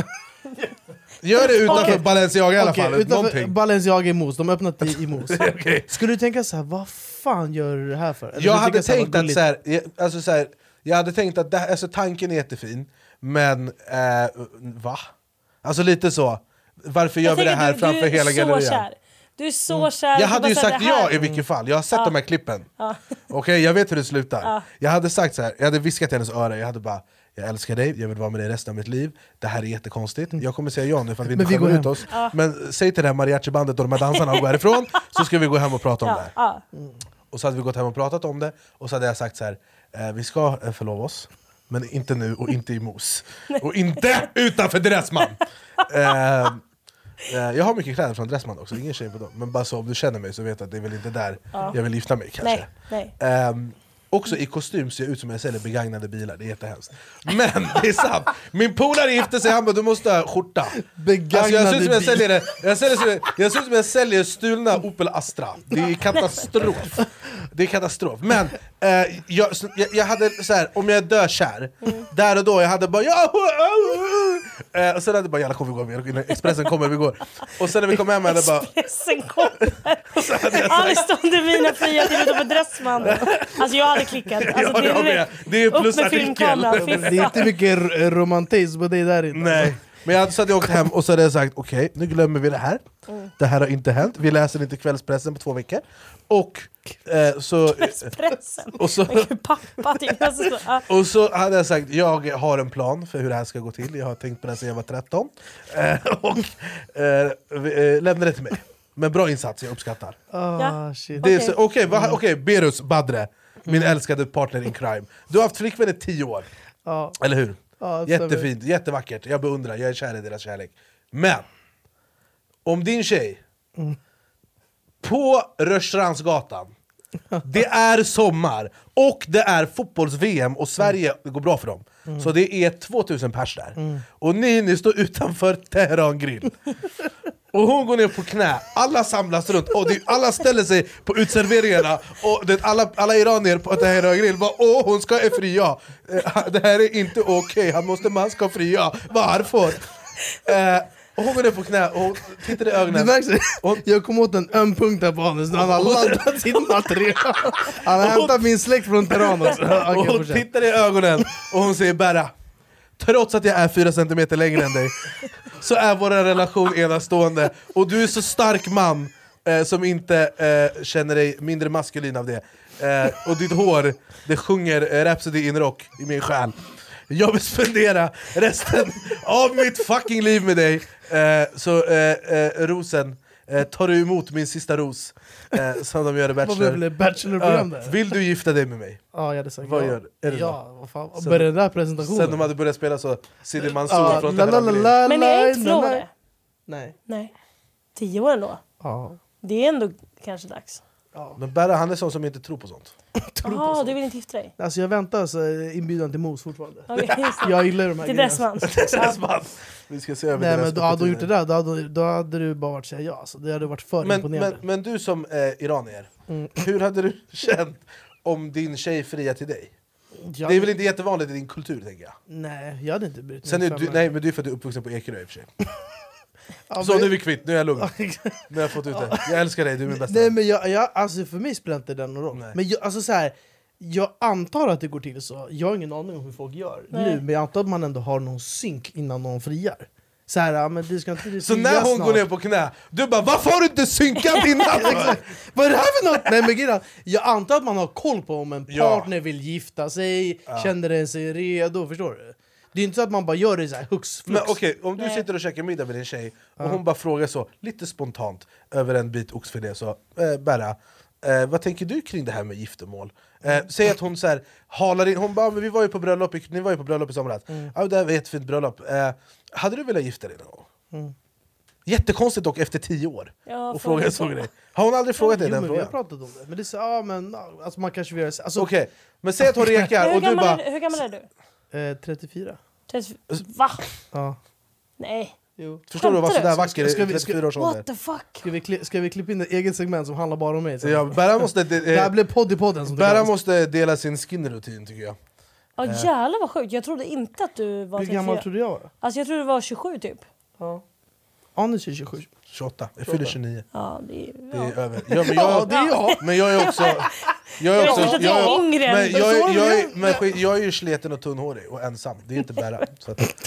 Gör det utanför Okej. Balenciaga i alla Okej, fall, utanför någonting. Balenciaga i Mos, de har öppnat i, i Mos. Okej. Skulle du tänka så här, vad fan gör du det här för? Eller Jag du hade tänker tänkt vad att så här, jag, alltså så här, jag hade tänkt att det här, alltså, tanken är jättefin, men eh, va? Alltså lite så, varför gör Jag vi det tänker här du, framför du är hela så gallerian? Kär. Du är så Mm. kär. Jag hade ju bara så här, sagt det här- ja i vilket fall, jag har sett Ja. de här klippen. Ja. Okej, jag vet hur det slutar. Ja. Jag hade sagt så här, jag hade viskat i hennes öra, jag hade bara jag älskar dig, jag vill vara med dig resten av mitt liv. Det här är jättekonstigt, jag kommer säga ja nu för att vi inte Men vi skämmer går ut hem. oss. Ja. Men säg till det här mariachibandet och de här dansarna och gå härifrån, så ska vi gå hem och prata om det Ja, här. ja. Och så hade vi gått hem och pratat om det, och så hade jag sagt så här: eh, vi ska eh, förlova oss, men inte nu och inte i Mos. Och inte utanför Dressman! eh, eh, jag har mycket kläder från Dressman också, ingen tjej på dem. Men bara så om du känner mig så vet du att det är väl inte där Ja. jag vill gifta mig kanske. Nej, nej. Ehm, också i kostym ser jag ut som jag säljer begagnade bilar, det är jättehemskt. Men det är sant, min polare gifte sig, han bara du måste ha skjorta. Alltså, jag ser ut som jag säljer det. Jag ser ut som jag, jag ser ut som jag säljer stulna Opel Astra. Det är katastrof. Det är katastrof. Men eh, jag, så- jag, jag hade så här, om jag dör kär, där och då jag hade bara ja, eh, och sen hade jag bara jalla kom vi går, Expressen kommer vi går. Och sen när vi kom hem hade jag bara Expressen kommer. Alice stående mina fria till utanför Dressman. Alltså jag hade klickat. Alltså, Ja, det, jag är med. Det är upp med plusartikel. filmkameran, fy Det är inte fan. mycket r- romantism på dig där inne. nej. Men jag, så hade jag åkt hem och så hade jag sagt okej, okay, nu glömmer vi det här. Mm. Det här har inte hänt. Vi läser inte kvällspressen på två veckor. Och eh, så... Kvällspressen? Och så, pappa, och så hade jag sagt, jag har en plan för hur det här ska gå till. Jag har tänkt på det sedan jag var tretton. Eh, och eh, lämna det till mig. Men bra insats, jag uppskattar. Oh, ja. Shit. Okej, okay. okay, mm. okay, Berus Badre, min mm. älskade partner in crime. Du har haft flickvän i tio år. Oh. Eller hur? Oh, jättefint, jättevackert. Jag beundrar, jag är kär i deras kärlek. Men om din tjej mm. på Rörstrandsgatan, det är sommar och det är fotbolls-V M och Sverige, mm. det går bra för dem. Mm. Så det är tvåtusen pers där. Mm. Och ni, ni står utanför Teheran Grill. Och hon går ner på knä, alla samlas runt och det, alla ställer sig på utserveringarna. Och det, alla, alla iranier på Teheran Grill bara, åh hon ska är fria. Det här är inte okej, okay. Han måste, man ska fria. Varför? Eh, Och hon går ner på knä och hon tittar i ögonen. Hon... Jag kom åt en öm punkt där på honom. Han har laddat sitt material. Han har hämtat min släkt från Teheran också. Okay, och hon tittar i ögonen och hon säger Berra, trots att jag är fyra centimeter längre än dig så är vår relation enastående. Och du är så stark man eh, som inte eh, känner dig mindre maskulin av det. Eh, och ditt hår, det sjunger eh, Rhapsody in rock i min själ. Jag vill spendera resten av mitt fucking liv med dig. eh, Så eh, eh, Rosen, eh, tar du emot min sista ros eh, som de gör i Bachelor. Vad blev Bachelor-program där? uh, Vill du gifta dig med mig? Ja, jag hade sagt vad ja. Gör är det ja, vad fan. Sen, började den där presentationen. Sen de hade börjat spela så Sidi Mansour uh, från la, la, la, la, men är inte Flo det? Nej. Nej. Tio år ändå? Ja. Det är ändå kanske dags. Ja. Men Berra, han är sån som inte tror på sånt. Ja, ah, du vill inte gifta dig? Alltså jag väntar så inbjudan till Mos fortfarande. Okay, jag gillar de här till dess man. Vi ska se över. Nej, men då hade du gjort det där, då hade, då hade du bara varit säga ja. Alltså, det hade varit för men, imponerande. Men, men du som eh, iranier, mm. hur hade du känt om din tjej fria till dig? Jag... Det är väl inte jättevanligt i din kultur, tänker jag. Nej, jag hade inte brytt mig. Sen är du, nej, men du är för att du är uppvuxen på Ekerö i och för sig. Ja, så men... nu är vi kvitt, nu är jag lugn. Nu har jag fått ut det. Jag älskar dig, du är min bästa. Nej, men jag, jag, alltså för mig spelar inte den någon roll. Nej. Men jag, alltså så här, jag antar att det går till så. Jag har ingen aning om hur folk gör nu, men jag antar att man ändå har någon synk innan någon friar. Så här, ja, men det ska inte, det så när hon snart. Går ner på knä, du bara, varför har du inte synkat innan? Vad är det här för något? Nej, men gilla, jag antar att man har koll på om en partner ja. Vill gifta sig, ja. Känner den sig redo, förstår du? Det är inte så att man bara gör det så här hux flux. Men okej, okay, om du sitter och käkar middag med din tjej och uh. hon bara frågar så, lite spontant över en bit oxfilé så, eh, Berra, eh, vad tänker du kring det här med giftermål? Eh, säg att hon så här, halar in, hon bara, men vi var ju på bröllop, ni var ju på bröllop i somras. Mm. Ja, det här var ett fint bröllop. Eh, hade du velat gifta dig någon gång? Mm. Jättekonstigt dock efter tio år. Ja, och fråga så grej. Har hon aldrig frågat dig den frågan? Vi har pratat om det. Men det är så, ja, men alltså man kanske vill alltså, okej, okay. Men säg att hon rekar och du bara är, hur gammal är du? Eh, trettiofyra. Va? Ja. Nej. Jo. Förstår du vad sådär vacker i trettiofyra års ålder? What the fuck? Ska vi, kli, ska vi klippa in ett eget segment som handlar bara om mig? Ja, Berra måste de, det här blev podd i podden som Berra måste dela sin skinrutin tycker jag. Ja, oh, jävlar vad sjukt. Jag trodde inte att du var hur gammal trodde jag var? Alltså jag trodde du var tjugosju typ. Ja. Anis är tjugosju. tjugoåtta. Jag fyller tjugonio. Ja, det är, det är ja. över. Ja, men jag, ja, det är jag. Men jag är också jag är också jag, jag, jag, men jag, jag, jag, men jag är ju sleten och tunnhårig och ensam. Det är inte Berra så att.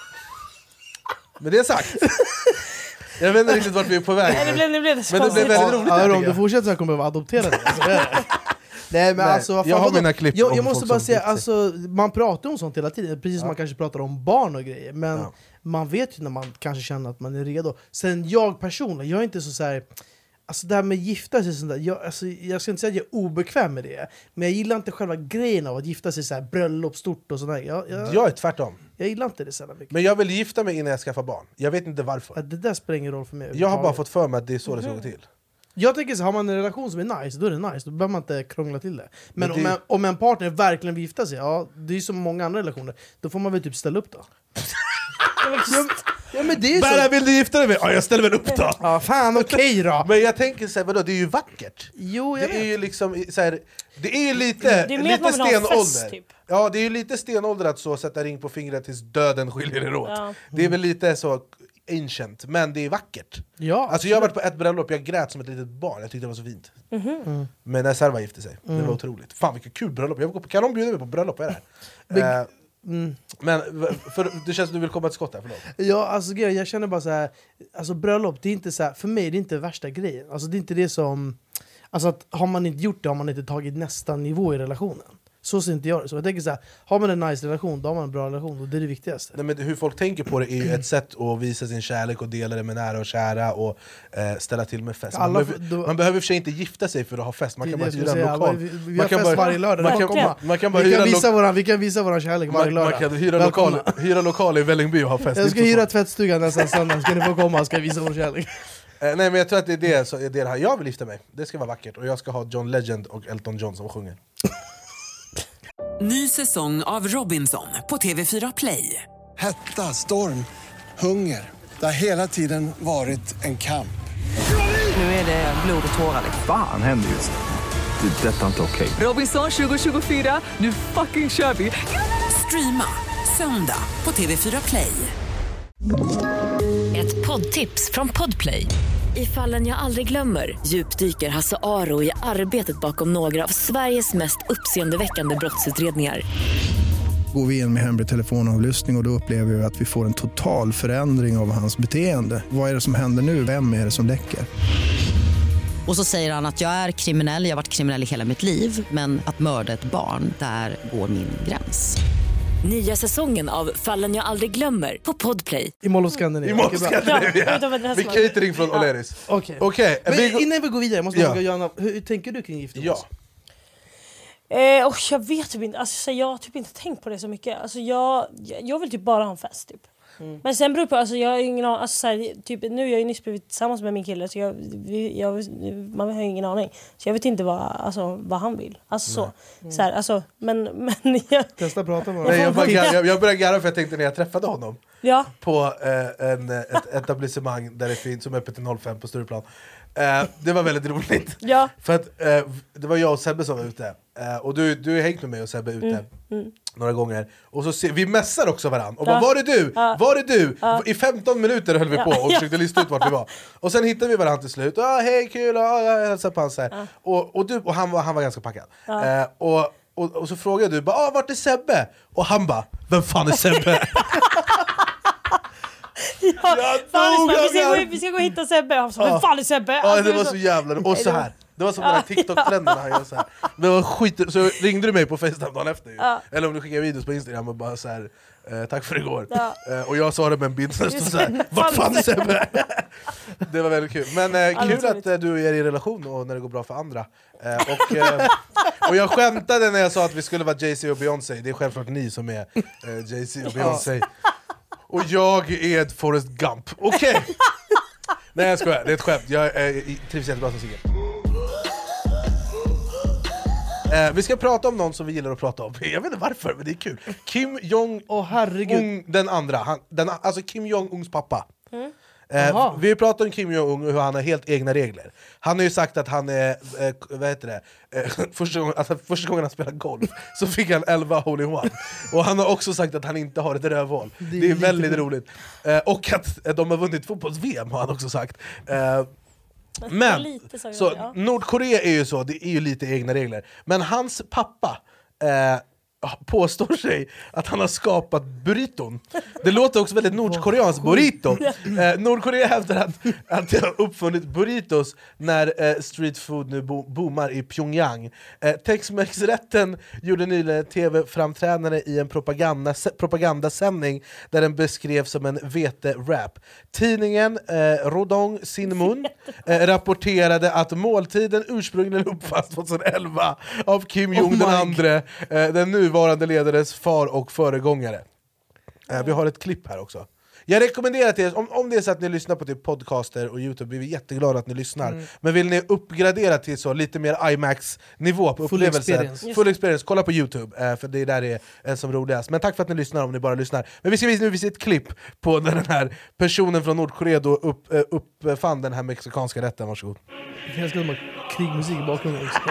Men det är sagt. Jag vet inte riktigt vart vi är på väg. Nej, det blev, det blev men det blev väldigt roligt. Ja, om du fortsätter så kommer jag behöva adoptera dig. Nej, men Nej, alltså, jag har mina klipp. Jag, jag måste bara säga, alltså, man pratar om sånt hela tiden. Precis som ja. Man kanske pratar om barn och grejer. Men ja. Man vet ju när man kanske känner att man är redo. Sen jag personligen, jag är inte så så här. Alltså det här med gifta sig sånt där, jag, alltså, jag ska inte säga att jag är obekväm med det. Men jag gillar inte själva grejen av att gifta sig så här bröllop stort och sådär. Jag, jag, jag är tvärtom. Jag gillar inte det så mycket. Men jag vill gifta mig innan jag skaffar barn. Jag vet inte varför. Det där spelar ingen roll för mig. Jag har bara fått för mig att det är så mm. det ska gå till. Jag tänker så, har man en relation som är nice, då är det nice. Då behöver man inte krångla till det. Men, Men det... Om, en, om en partner verkligen vill gifta sig, ja, det är ju som många andra relationer. Då får man väl typ ställa upp då. ja, ja, men det är Bara så... vill du gifta dig med? Ja, jag ställer väl upp då. Ja, fan okej okay då. Men jag tänker så här, vadå, det är ju vackert. Jo, jag det vet. är ju liksom så här, det är ju lite, det är lite stenålder. Fest, typ. Ja, det är ju lite stenålder att så sätta ring på fingret tills döden skiljer er åt. Ja. Det är väl lite så ancient, men det är vackert. Ja, alltså jag har varit på ett bröllop, jag grät som ett litet barn. Jag tyckte det var så fint. Mm-hmm. Mm. Men när Serva gifte sig, mm. det var otroligt. Fan vilket kul bröllop. Jag vill gå på, kan de bjuda mig på bröllop? Vad är det här? Men, uh, Mm. Men för, det känns som du vill komma till skott här, förlåt. Ja, alltså jag känner bara så här. Alltså bröllop, det är inte så här, för mig är det inte värsta grejen. Alltså det är inte det som, alltså att har man inte gjort det har man inte tagit nästa nivå i relationen. Så ser inte jag det. Så jag tänker så här, har man en nice relation, då har man en bra relation, och det är det viktigaste. Nej, men hur folk tänker på det är ju ett sätt att visa sin kärlek och dela det med nära och kära och eh, ställa till med fest. Man, Alla, behöver, då, man behöver för sig inte gifta sig för att ha fest. Man kan bara hyra en säga, lokal. Vi, vi man har kan fest bara, varje lördag. Man kan, man, man kan bara vi, kan hyra visa våran, vi kan visa våran kärlek varje lördag. Man kan hyra lokal, hyra lokal i Vällingby och ha fest. Jag ska hyra tvättstugan nästan söndag, ska ni få komma och ska visa vår kärlek. Eh, nej, men jag tror att det är det, så är det här jag vill gifta mig. Det ska vara vackert, och jag ska ha John Legend och Elton John som sjunger. Ny säsong av Robinson på T V fyra Play. Hetta, storm, hunger. Det har hela tiden varit en kamp. Nu är det blod och tårar. Fan händer just det. Det är detta inte okej. Robinson tjugo tjugofyra, nu fucking kör vi. Streama söndag på T V fyra Play. Ett poddtips från Podplay. I Fallen jag aldrig glömmer djupdyker Hasse Aro i arbetet bakom några av Sveriges mest uppseendeväckande brottsutredningar. Går vi in med hemlig telefonavlyssning och, och då upplever vi att vi får en total förändring av hans beteende. Vad är det som händer nu? Vem är det som läcker? Och så säger han att jag är kriminell, jag har varit kriminell i hela mitt liv. Men att mörda ett barn, där går min gräns. Nya säsongen av Fallen jag aldrig glömmer på Podplay. I Mall of Scandinavia. I Mall of Scandinavia. Ja. Med catering från O'Learys. Okej. Okay. Men vi innan vi går vidare, måste ja. jag göra, hur tänker du kring giftermål? Ja. Eh, och jag vet typ inte, alltså, jag har typ inte tänkt på det så mycket. Alltså, jag, jag vill typ bara ha en fest typ. Mm. Men sen beror på, alltså, jag har ingen aning, alltså, såhär, typ, nu är jag ju nyss blivit tillsammans med min kille, så jag, jag, man har ju ingen aning. Så jag vet inte vad, alltså, vad han vill. Alltså så. Mm. Såhär, alltså, men, men jag... Testa prata med honom. Jag, jag, jag började garva för jag tänkte när jag träffade honom ja. på eh, en, ett etablissemang där det finns, som är öppet till noll fem på Stureplan. Eh, det var väldigt roligt. Ja. För att eh, det var jag och Sebbe som var ute. Eh, och du, du har hängt med mig och Sebbe ute. Mm. Mm. Några gånger. Och så se, vi mässar också varandra. Och bara, ja. var är du? Ja. Var är du? Ja. I femton minuter höll vi på och försökte lista ut vart vi var. Och sen hittade vi varandra till slut. Ah, hej, kul! Ah, jag hälsar på hans här. Ja. Och, och, du, och han, var, han var ganska packad. Ja. Eh, och, och, och så frågade du, bara, ah, vart är Sebbe? Och han bara, vem fan är Sebbe? Ja, fan, vi, ska gå, vi ska gå och hitta Sebbe. Han sa, vem fan är Sebbe? Ja, det var så jävla... Och så här. Det var som den här TikTok-trenden han gör så här. Det var skit. Så ringde du mig på FaceTime dagen efter ju. Ja. Eller om du skickade videos på Instagram och bara så här, eh, tack för igår. Ja. Eh, och jag svarade med en bild som stod så här, vart fan är Sebbe? Det var väldigt kul. Men eh, kul att eh, du är i relation och när det går bra för andra. Eh, och, eh, och jag skämtade när jag sa att vi skulle vara Jay-Z och Beyoncé. Det är självklart ni som är eh, Jay-Z och Beyoncé. Och jag är ett Forrest Gump. Okej! Okay. Nej, jag skojar, det är ett skämt. Jag eh, trivs jättebra som singel. Eh, vi ska prata om någon som vi gillar att prata om. Jag vet inte varför, men det är kul. Kim Jong oh, herregud. den andra. Han, den, alltså Kim Jong-Uns pappa. Mm. Eh, vi pratar om Kim Jong-Un och hur han har helt egna regler. Han har ju sagt att han är, eh, vad heter det, eh, första, gången, alltså, första gången han spelade golf så fick han elva hole-in-one. Och han har också sagt att han inte har ett rövhål. Det är, det är väldigt roligt, roligt. Eh, Och att eh, de har vunnit fotbolls-V M har han också sagt. eh, Men, så, så ja. Nordkorea är ju så, det är ju lite egna regler. Men hans pappa eh, påstår sig att han har skapat burriton. Det låter också väldigt nordkoreanskt, burrito. Eh, Nordkorea hävdar att, att de har uppfunnit burritos när eh, street food nu bo boomar i Pyongyang. Eh, Tex-Mex-rätten gjorde nyligen tv-framträdande i en propaganda propagandasändning där den beskrevs som en vete-rap. Tidningen eh, Rodong Sinmun eh, rapporterade att måltiden ursprungligen uppfanns tjugoelva av Kim Jong oh den andre, eh, den nuvarande ledares far och föregångare. Eh, vi har ett klipp här också. Jag rekommenderar till er, om, om det är så att ni lyssnar på typ podcaster och YouTube, blir vi jätteglada att ni lyssnar. Mm. Men vill ni uppgradera till så lite mer IMAX-nivå på full upplevelsen, experience. full experience, kolla på YouTube, eh, för det är där det är som roligast. Men tack för att ni lyssnar om ni bara lyssnar. Men vi ska visa, nu visa ett klipp på när den här personen från Nordkorea då upp, eh, uppfann den här mexikanska rätten. Varsågod. Jag ska ha krigmusik i bakgrunden också.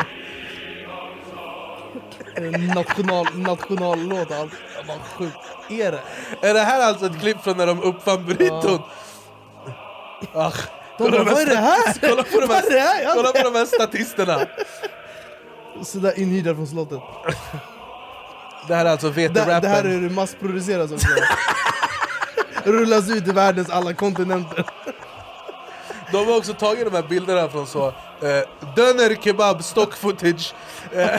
National, nationallåt och allt. Vad sjukt är det? Är det här alltså ett klipp från när de uppfann burriton? Ja. Ach, de bara, vad är det här? Kolla på de här, här? Kolla på de här statisterna. Sådär inhyrda från slottet. Det här är alltså V T-rappen. Det, det här är massproducerat också. Rullas ut i världens alla kontinenter. De har också tagit de här bilderna från så eh, Döner kebab stock footage. Eh,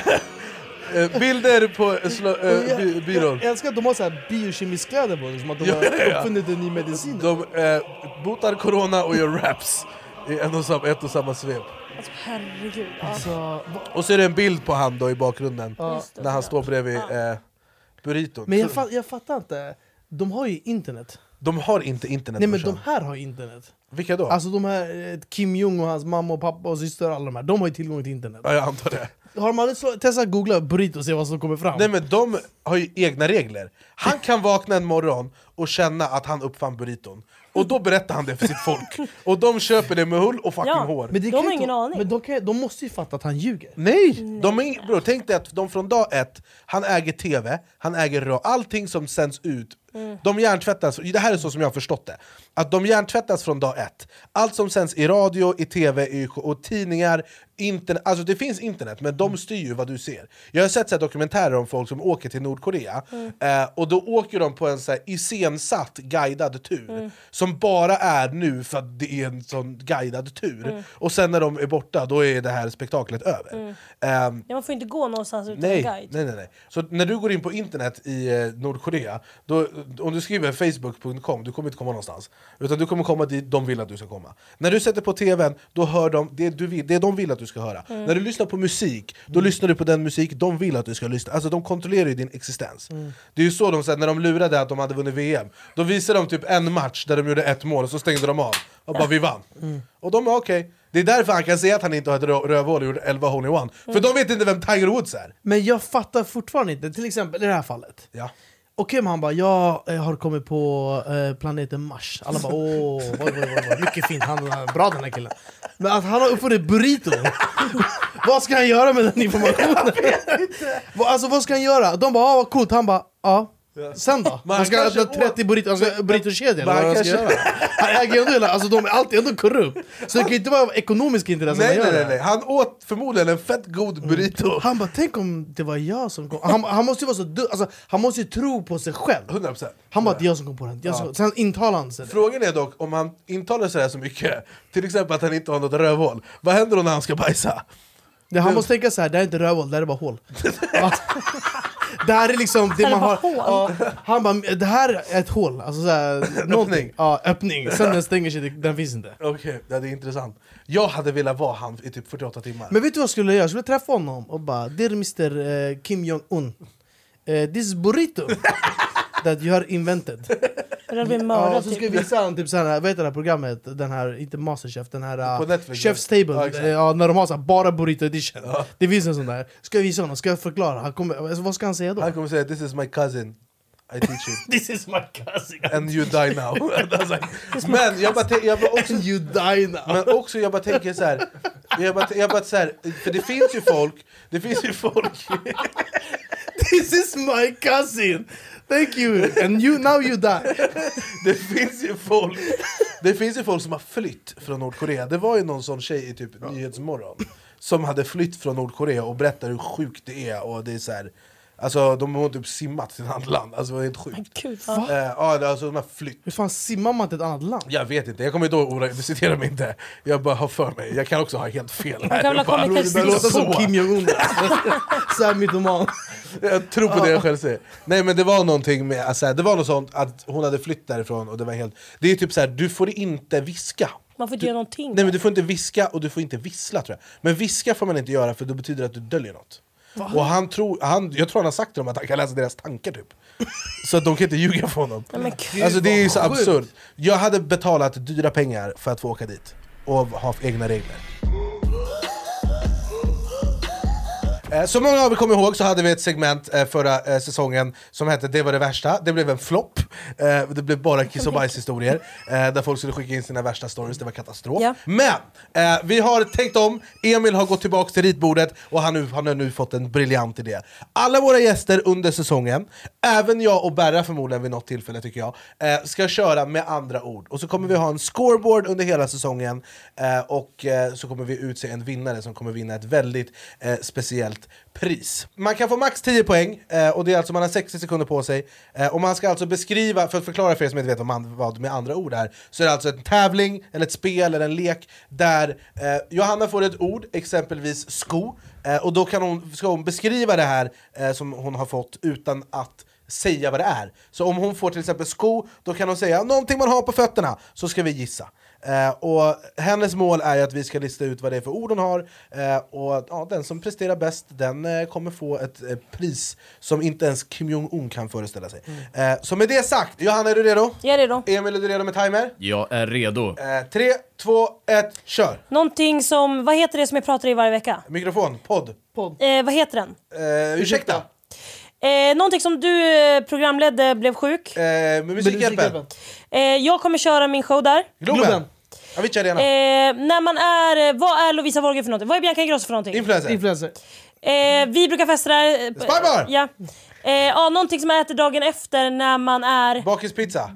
eh, bilder på slå, eh, by, byrån. Jag älskar att de har så här biokemisk kläder på, som att de Ja, har ja, ja. uppfunnit en ny medicin. De eh, botar corona och gör raps i en och samma, ett och samma svep. Alltså herregud. Alltså, Och så är det en bild på han då i bakgrunden, Ja. när han står bredvid eh, burriton. Men jag, fatt, jag fattar inte. De har ju internet. De har inte internet. Nej men brorsan. de här har internet. Vilka då? Alltså de här eh, Kim Jong och hans mamma och pappa och syster, alla de här, de har ju tillgång till internet. Ja, jag antar det. Har man aldrig slå- testat att googla burrito och se vad som kommer fram? Nej men de har ju egna regler. Han kan vakna en morgon och känna att han uppfann burriton. Och då berättar han det för sitt folk. Och de köper det med hull och fucking Ja. hår. Men det De kan har inte- ingen aning. Men de, kan, de måste ju fatta att han ljuger. Nej! De är ing- bro, tänk dig att de från dag ett, han äger tv, han äger radio, allting som sänds ut. Mm. De hjärntvättas, det här är så som jag har förstått det. Att de hjärntvättas från dag ett. Allt som sänds i radio, i tv i, och tidningar, internet. Alltså det finns internet, men de styr ju vad du ser. Jag har sett så här dokumentärer om folk som åker till Nordkorea. Mm. eh, Och då åker de på en så här iscensatt guidad tur. Mm. Som bara är nu för att det är en sån guidad tur. Mm. Och sen när de är borta, då är det här spektaklet över. Mm. Ehm, Ja, man får inte gå någonstans utan Nej, en guide. nej, nej, nej. Så när du går in på internet i eh, Nordkorea, då, om du skriver facebook punkt com, du kommer inte komma någonstans. Utan du kommer komma dit de vill att du ska komma. När du sätter på tvn, då hör de det, du vill, det de vill att du ska höra. Mm. När du lyssnar på musik, då lyssnar du på den musik de vill att du ska lyssna. Alltså de kontrollerar ju din existens. Mm. Det är ju så de säger, när de lurade att de hade vunnit V M, då visade de typ en match där de gjorde ett mål och så stängde de av. Och bara vi vann. Mm. Och de är okej. Okay. Det är därför han kan säga att han inte har ett rö- rövhål och gjorde elva hole in one. För Mm. de vet inte vem Tiger Woods är. Men jag fattar fortfarande inte, till exempel i det här fallet. Ja. Okej, men han bara, jag eh, har kommit på eh, planeten Mars. Alla bara, åh, oj, oj, oj, oj, mycket fint, han är bra den här killen. Men att han har uppfunnit burrito, vad ska han göra med den informationen? Vad- alltså vad ska han göra? De bara, ah, vad coolt, han bara, ja. Sen då? Men Han ska kanske öppna trettio burrito, han ska burrito-kedjor. Men eller han vad han ska kanske- göra. Han äger ändå hela, alltså de är alltid ändå korrupt. Så det kan ju inte vara ekonomiska intressen Nej, man gör nej, nej, det. nej. Han åt förmodligen en fett god burrito. Han bara, tänk om det var jag som kom. Han, han måste ju vara så dum, alltså, han måste ju tro på sig själv. hundra procent. Han bara, det är jag som kom på den. Jag som, Ja. Sen intalar han sig det. Frågan är dock om han intalar sig det här så mycket, till exempel att han inte har något rövhål. Vad händer då när han ska bajsa? Det, han måste tänka så här, det här är inte rövhål, det här är bara hål. Ja. Det här är liksom det man har. Ja, han bara, det här är ett hål. Alltså så här, någonting. Ja, öppning. Sen den stänger sig, den finns inte. Okej, okay, det är intressant. Jag hade velat vara han i typ fyrtioåtta timmar. Men vet du vad jag skulle göra? Jag skulle träffa honom och bara, dear mister uh, Kim Jong-Un, uh, this burrito that you have invented. Det blir mördat, ja, så ska typ. vi visa honom typ såhär, vad heter det här programmet? Den här, inte Masterchef, den här uh, På Netflix, Chef's ja. Table, Ja, ja, exakt. ja, när de har så här, bara burrito edition. Ja. Det finns en sån där. Ska jag visa honom? Ska jag förklara? Han kommer, alltså, vad ska han säga då? Han kommer säga, this is my cousin, I teach you. This is my cousin. And you die now. Alltså, men jag bara, jag bara också, And you die now. men också jag bara tänker så här. Jag bara, jag bara så här, för det finns ju folk, det finns ju folk. This is my cousin. Thank you. And you, now you die. Det finns ju folk, det finns ju folk som har flytt från Nordkorea. Det var ju någon sån tjej i typ Nyhetsmorgon som hade flytt från Nordkorea och berättar hur sjukt det är. Och det är så här, alltså de har typ simmat till ett annat land. Alltså det är helt sjukt. Gud, Va? Eh, ja, alltså de har flytt. Hur fan simmar man till ett annat land? Jag vet inte, jag kommer inte ihåg, du citerar mig inte. Jag bara har för mig, jag kan också ha helt fel här. kan väl ha Jag bara- kommit Det låter som Så. Kim Jong-Un. Såhär mytoman. Jag tror på det jag själv säger. Nej men det var någonting med, alltså, det var något sånt att hon hade flytt därifrån och det var helt. Det är typ så här, du får inte viska. Man får inte göra någonting. Nej men du får inte viska och du får inte vissla tror jag. Men viska får man inte göra för det betyder att du döljer något. Va? Och han tror, han, jag tror han har sagt till dem att han kan läsa deras tankar typ. Så att de kan inte ljuga för honom. Nej, men gud, Alltså det är ju så vad sjukt. absurt. Jag hade betalat dyra pengar för att få åka dit och ha egna regler. Eh, Som många av er kommer ihåg så hade vi ett segment eh, förra eh, säsongen som hette Det var det värsta. Det blev en flopp. Eh, det blev bara kiss och bajshistorier eh, där folk skulle skicka in sina värsta stories. Det var katastrof. Ja. Men eh, vi har tänkt om. Emil har gått tillbaka till ritbordet och han, nu, han har nu fått en briljant idé. Alla våra gäster under säsongen, även jag och Berra förmodligen vid något tillfälle tycker jag, eh, ska köra med andra ord. Och så kommer vi ha en scoreboard under hela säsongen eh, och eh, så kommer vi utse en vinnare som kommer vinna ett väldigt eh, speciellt pris. Man kan få max tio poäng eh, och det är alltså man har sextio sekunder på sig eh, och man ska alltså beskriva, för att förklara för er som inte vet vad, man, vad med andra ord är, så är det alltså en tävling eller ett spel eller en lek där eh, Johanna får ett ord, exempelvis sko, eh, och då kan hon, ska hon beskriva det här eh, som hon har fått utan att säga vad det är. Så om hon får till exempel sko, då kan hon säga någonting man har på fötterna, så ska vi gissa. Uh, och hennes mål är att vi ska lista ut vad det är för ord hon har, uh, och ja, den som presterar bäst, den uh, kommer få ett uh, pris som inte ens Kim Jong-Un kan föreställa sig. Mm. Uh, så med det sagt, Johanna, är du redo? Jag är redo. Emil, är du redo med timer? Jag är redo. Uh, tre, två, ett, kör! Någonting som, vad heter det som jag pratar i varje vecka? Mikrofon, podd. Podd. Eh, vad heter den? Uh, ursäkta. Eh, någonting som du eh, programledde blev sjuk. Uh, Musikhjälpen. Eh, jag kommer köra min show där. Globen. Avicii Arena. Eh, när man är, vad är Lovisa Wolge för någonting? Vad är Bianca Ingrosso för någonting? Influencer. Influencer. Eh, vi brukar festa där. Spybar! Ja. Eh, ja, någonting som man äter dagen efter när man är... Bakispizza.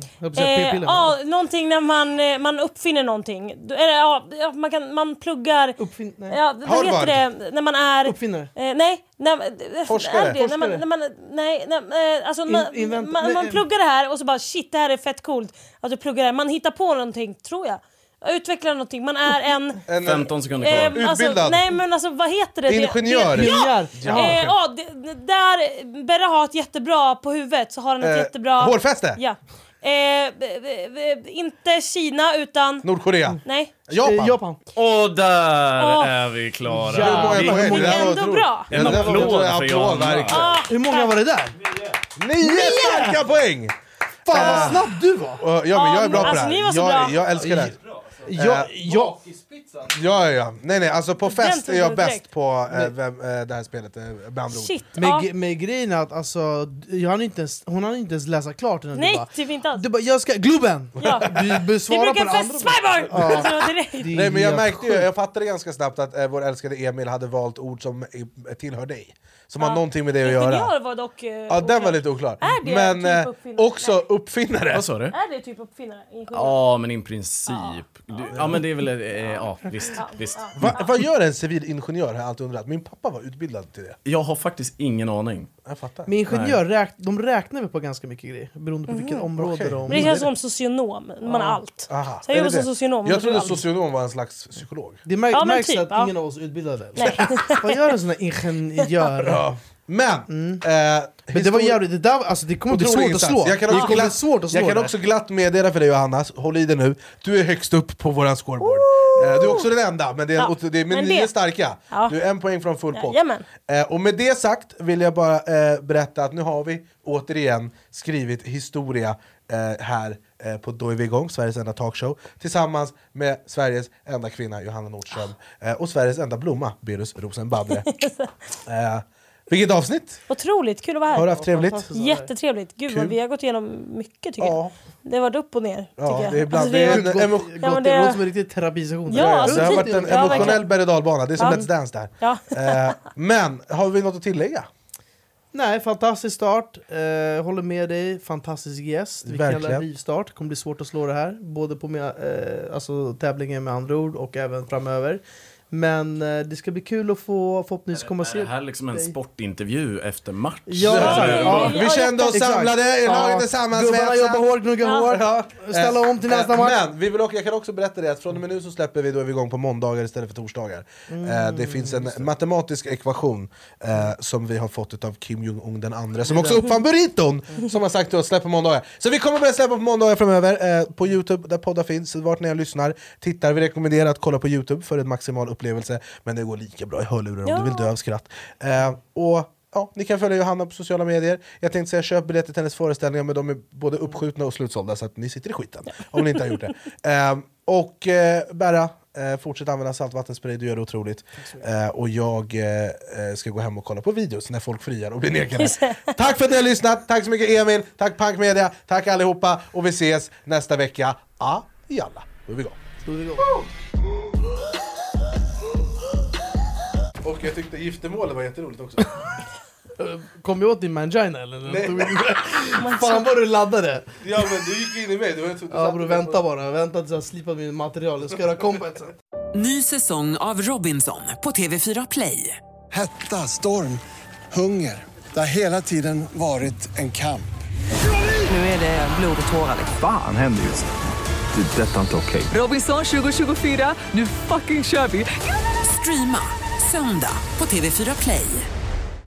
Eh, ja, någonting när man, eh, man uppfinner någonting. Eller, ja, man, kan, man pluggar... Uppfin- nej. Ja, vad heter det? När man är... Uppfinnare. Eh, nej. När, Forskare. Är det, när man, när man, nej, när, eh, alltså, In- man, invent- man, nej, man pluggar det här och så bara shit, det här är fett coolt. Alltså pluggar det här. Man hittar på någonting, tror jag. Utvecklar någonting. Man är en... En, femton sekunder kvar. Eh, alltså, Utbildad. nej men alltså vad heter det? Ingenjör. Det, det, ja! Ja. Eh, ja, det, det, där Berra har ett jättebra på huvudet, så har han ett Eh, jättebra... hårfäste. Ja. Eh, b, b, b, inte Kina utan... Nordkorea. Nej. Japan. Eh, Japan. Och där Åh. är vi klara. Ja. Hur många poäng? Men Det där var ändå otroligt. bra. En Det där var applåd otroligt. för Applåd, Johanna. verkligen. Ah, Hur många var det där? Nio starka poäng! Fan vad snabb du var! Och, ja, men jag är bra på Alltså, det ni var här. så Jag, bra. jag älskar det. Ja, ja. Ja, ja, ja. Nej, nej, alltså på Den fest tog är jag du bäst direkt. på äh, vem, äh, det här spelet, äh, med andra ord. Shit. Med, Ja. ge- med grejen är att alltså, jag hann inte ens, hon hann inte ens läsa klart innan du Nej, bara, typ inte alls. du bara, jag ska, Globen! Ja. Du Vi besvarar på brukar den andra. festa Spybar! Ja. Alltså, direkt. Det är Nej, men jag helt märkte ju, sjukt. jag fattade ganska snabbt att äh, vår älskade Emil hade valt ord som äh, tillhör dig. Som har Ja. någonting med det att göra. Ingenjör var dock... eh, Ja, den var lite oklar. Är det Men typ äh, uppfinnare? också Nej. uppfinnare. Vad sa du? Är det typ uppfinnare? Ingenjör? Ja, men i princip. Du, ja, men det är väl... Eh, ja, visst. visst. Va, vad gör en civilingenjör, har jag alltid undrat. Min pappa var utbildad till det. Jag har faktiskt ingen aning. Jag fattar. Men ingenjör, räk, de räknar väl på ganska mycket grejer beroende på vilket område Okej. de... Men det känns som socionom, man har allt. Aha. Så jag Är jobbar det som det? socionom. Jag man trodde får allt. socionom var en slags psykolog. Det märk, Ja, men märks typ, att ja. ingen av oss är utbildade. Nej. Vad gör en sån här ingenjör? Ja. Men, Mm. eh, Men det var jävligt, det där, alltså det kommer bli otrolig svårt att insats. slå. Jag kan Det också kommer bli glatt, svårt att slå jag kan det. också glatt meddela för dig, Johanna, håll i dig nu. Du är högst upp på våran scoreboard. Eh, du är också den enda, men det är, Ja, det är med men nio det- starka. Ja. Du är en poäng från full pott. Jajamän. Eh, och med det sagt vill jag bara eh, berätta att nu har vi återigen skrivit historia eh, här eh, på Då är vi igång, Sveriges enda talkshow, tillsammans med Sveriges enda kvinna, Johanna Nordström, eh, och Sveriges enda blomma, Birus Rosenbadre. eh, vilket avsnitt! Otroligt, kul att vara här. Har du haft trevligt? Jättetrevligt. Gud, Kul. vad vi har gått igenom mycket tycker Ja. jag. Det har varit upp och ner, tycker Ja, jag. det är ibland- Alltså, det är det- en emo- Gott, Ja, men det det- låter som en riktig terapisession. Ja, alltså, det har typ. varit en Ja, emotionell verkligen. berg och dalbana, det är som Ja. Let's Dance där. Ja. Eh, men, har vi något att tillägga? Nej, fantastisk start. Eh, håller med dig. Fantastisk gäst. Vilken jävla Verkligen. rivstart. Kommer bli svårt att slå det här. Både på med, eh, alltså, tävlingen med andra ord och även framöver. Men eh, det ska bli kul att få förhoppningsvis komma och Är se det här liksom en dig. sportintervju efter match? Ja, Ja, exakt. ja. Ja. Vi kände oss Exakt. samlade, laget är sammansvetsat. Gubbarna jobbar hårt, gnuggar Ja. hår. Ja. Ställa om till Eh, nästa eh, match. Men vi vill också, jag kan också berätta det att från och med nu så släpper vi, då är vi igång på måndagar istället för torsdagar. Eh, det finns en matematisk ekvation eh, som vi har fått av Kim Jong-Un den andra, som också uppfann burriton, som har sagt till oss släpp på måndagar. Så vi kommer börja släppa på måndagar framöver, eh, på YouTube där poddar finns, vart när jag lyssnar, tittar. Vi rekommenderar att kolla på YouTube för en maximal upplevelse, men det går lika bra i hörlurar om Ja. du vill dö av skratt. Eh, och ja, ni kan följa Johanna på sociala medier. Jag tänkte säga köp biljetter till hennes föreställningar, men de är både uppskjutna och slutsålda, så att ni sitter i skiten om ni inte har gjort det. Eh, och eh, Berra, Eh, fortsätt använda saltvattenspray, du gör det otroligt. Eh, och jag eh, ska gå hem och kolla på videos när folk friar och blir nekade. Tack för att ni har lyssnat, tack så mycket Emil, tack Punk Media, tack allihopa. Och vi ses nästa vecka. Ja, jalla. Då är vi igång. Då är vi igång. Och jag tyckte giftermålet var jätteroligt också. Kom jag åt din mangina eller? Nej. Fan vad du laddade. Ja men du gick in i mig. Du var ja bro, vänta bara. Vänta tills jag slipar min material. Jag ska göra combat sen. Ny säsong av Robinson på T V fyra Play. Hetta, storm, hunger. Det har hela tiden varit en kamp. Nu är det blod och tårar. Fan händer just det. Det är detta inte okej. Robinson tjugo tjugofyra, nu fucking kör vi. Streama söndag på T V fyra Play.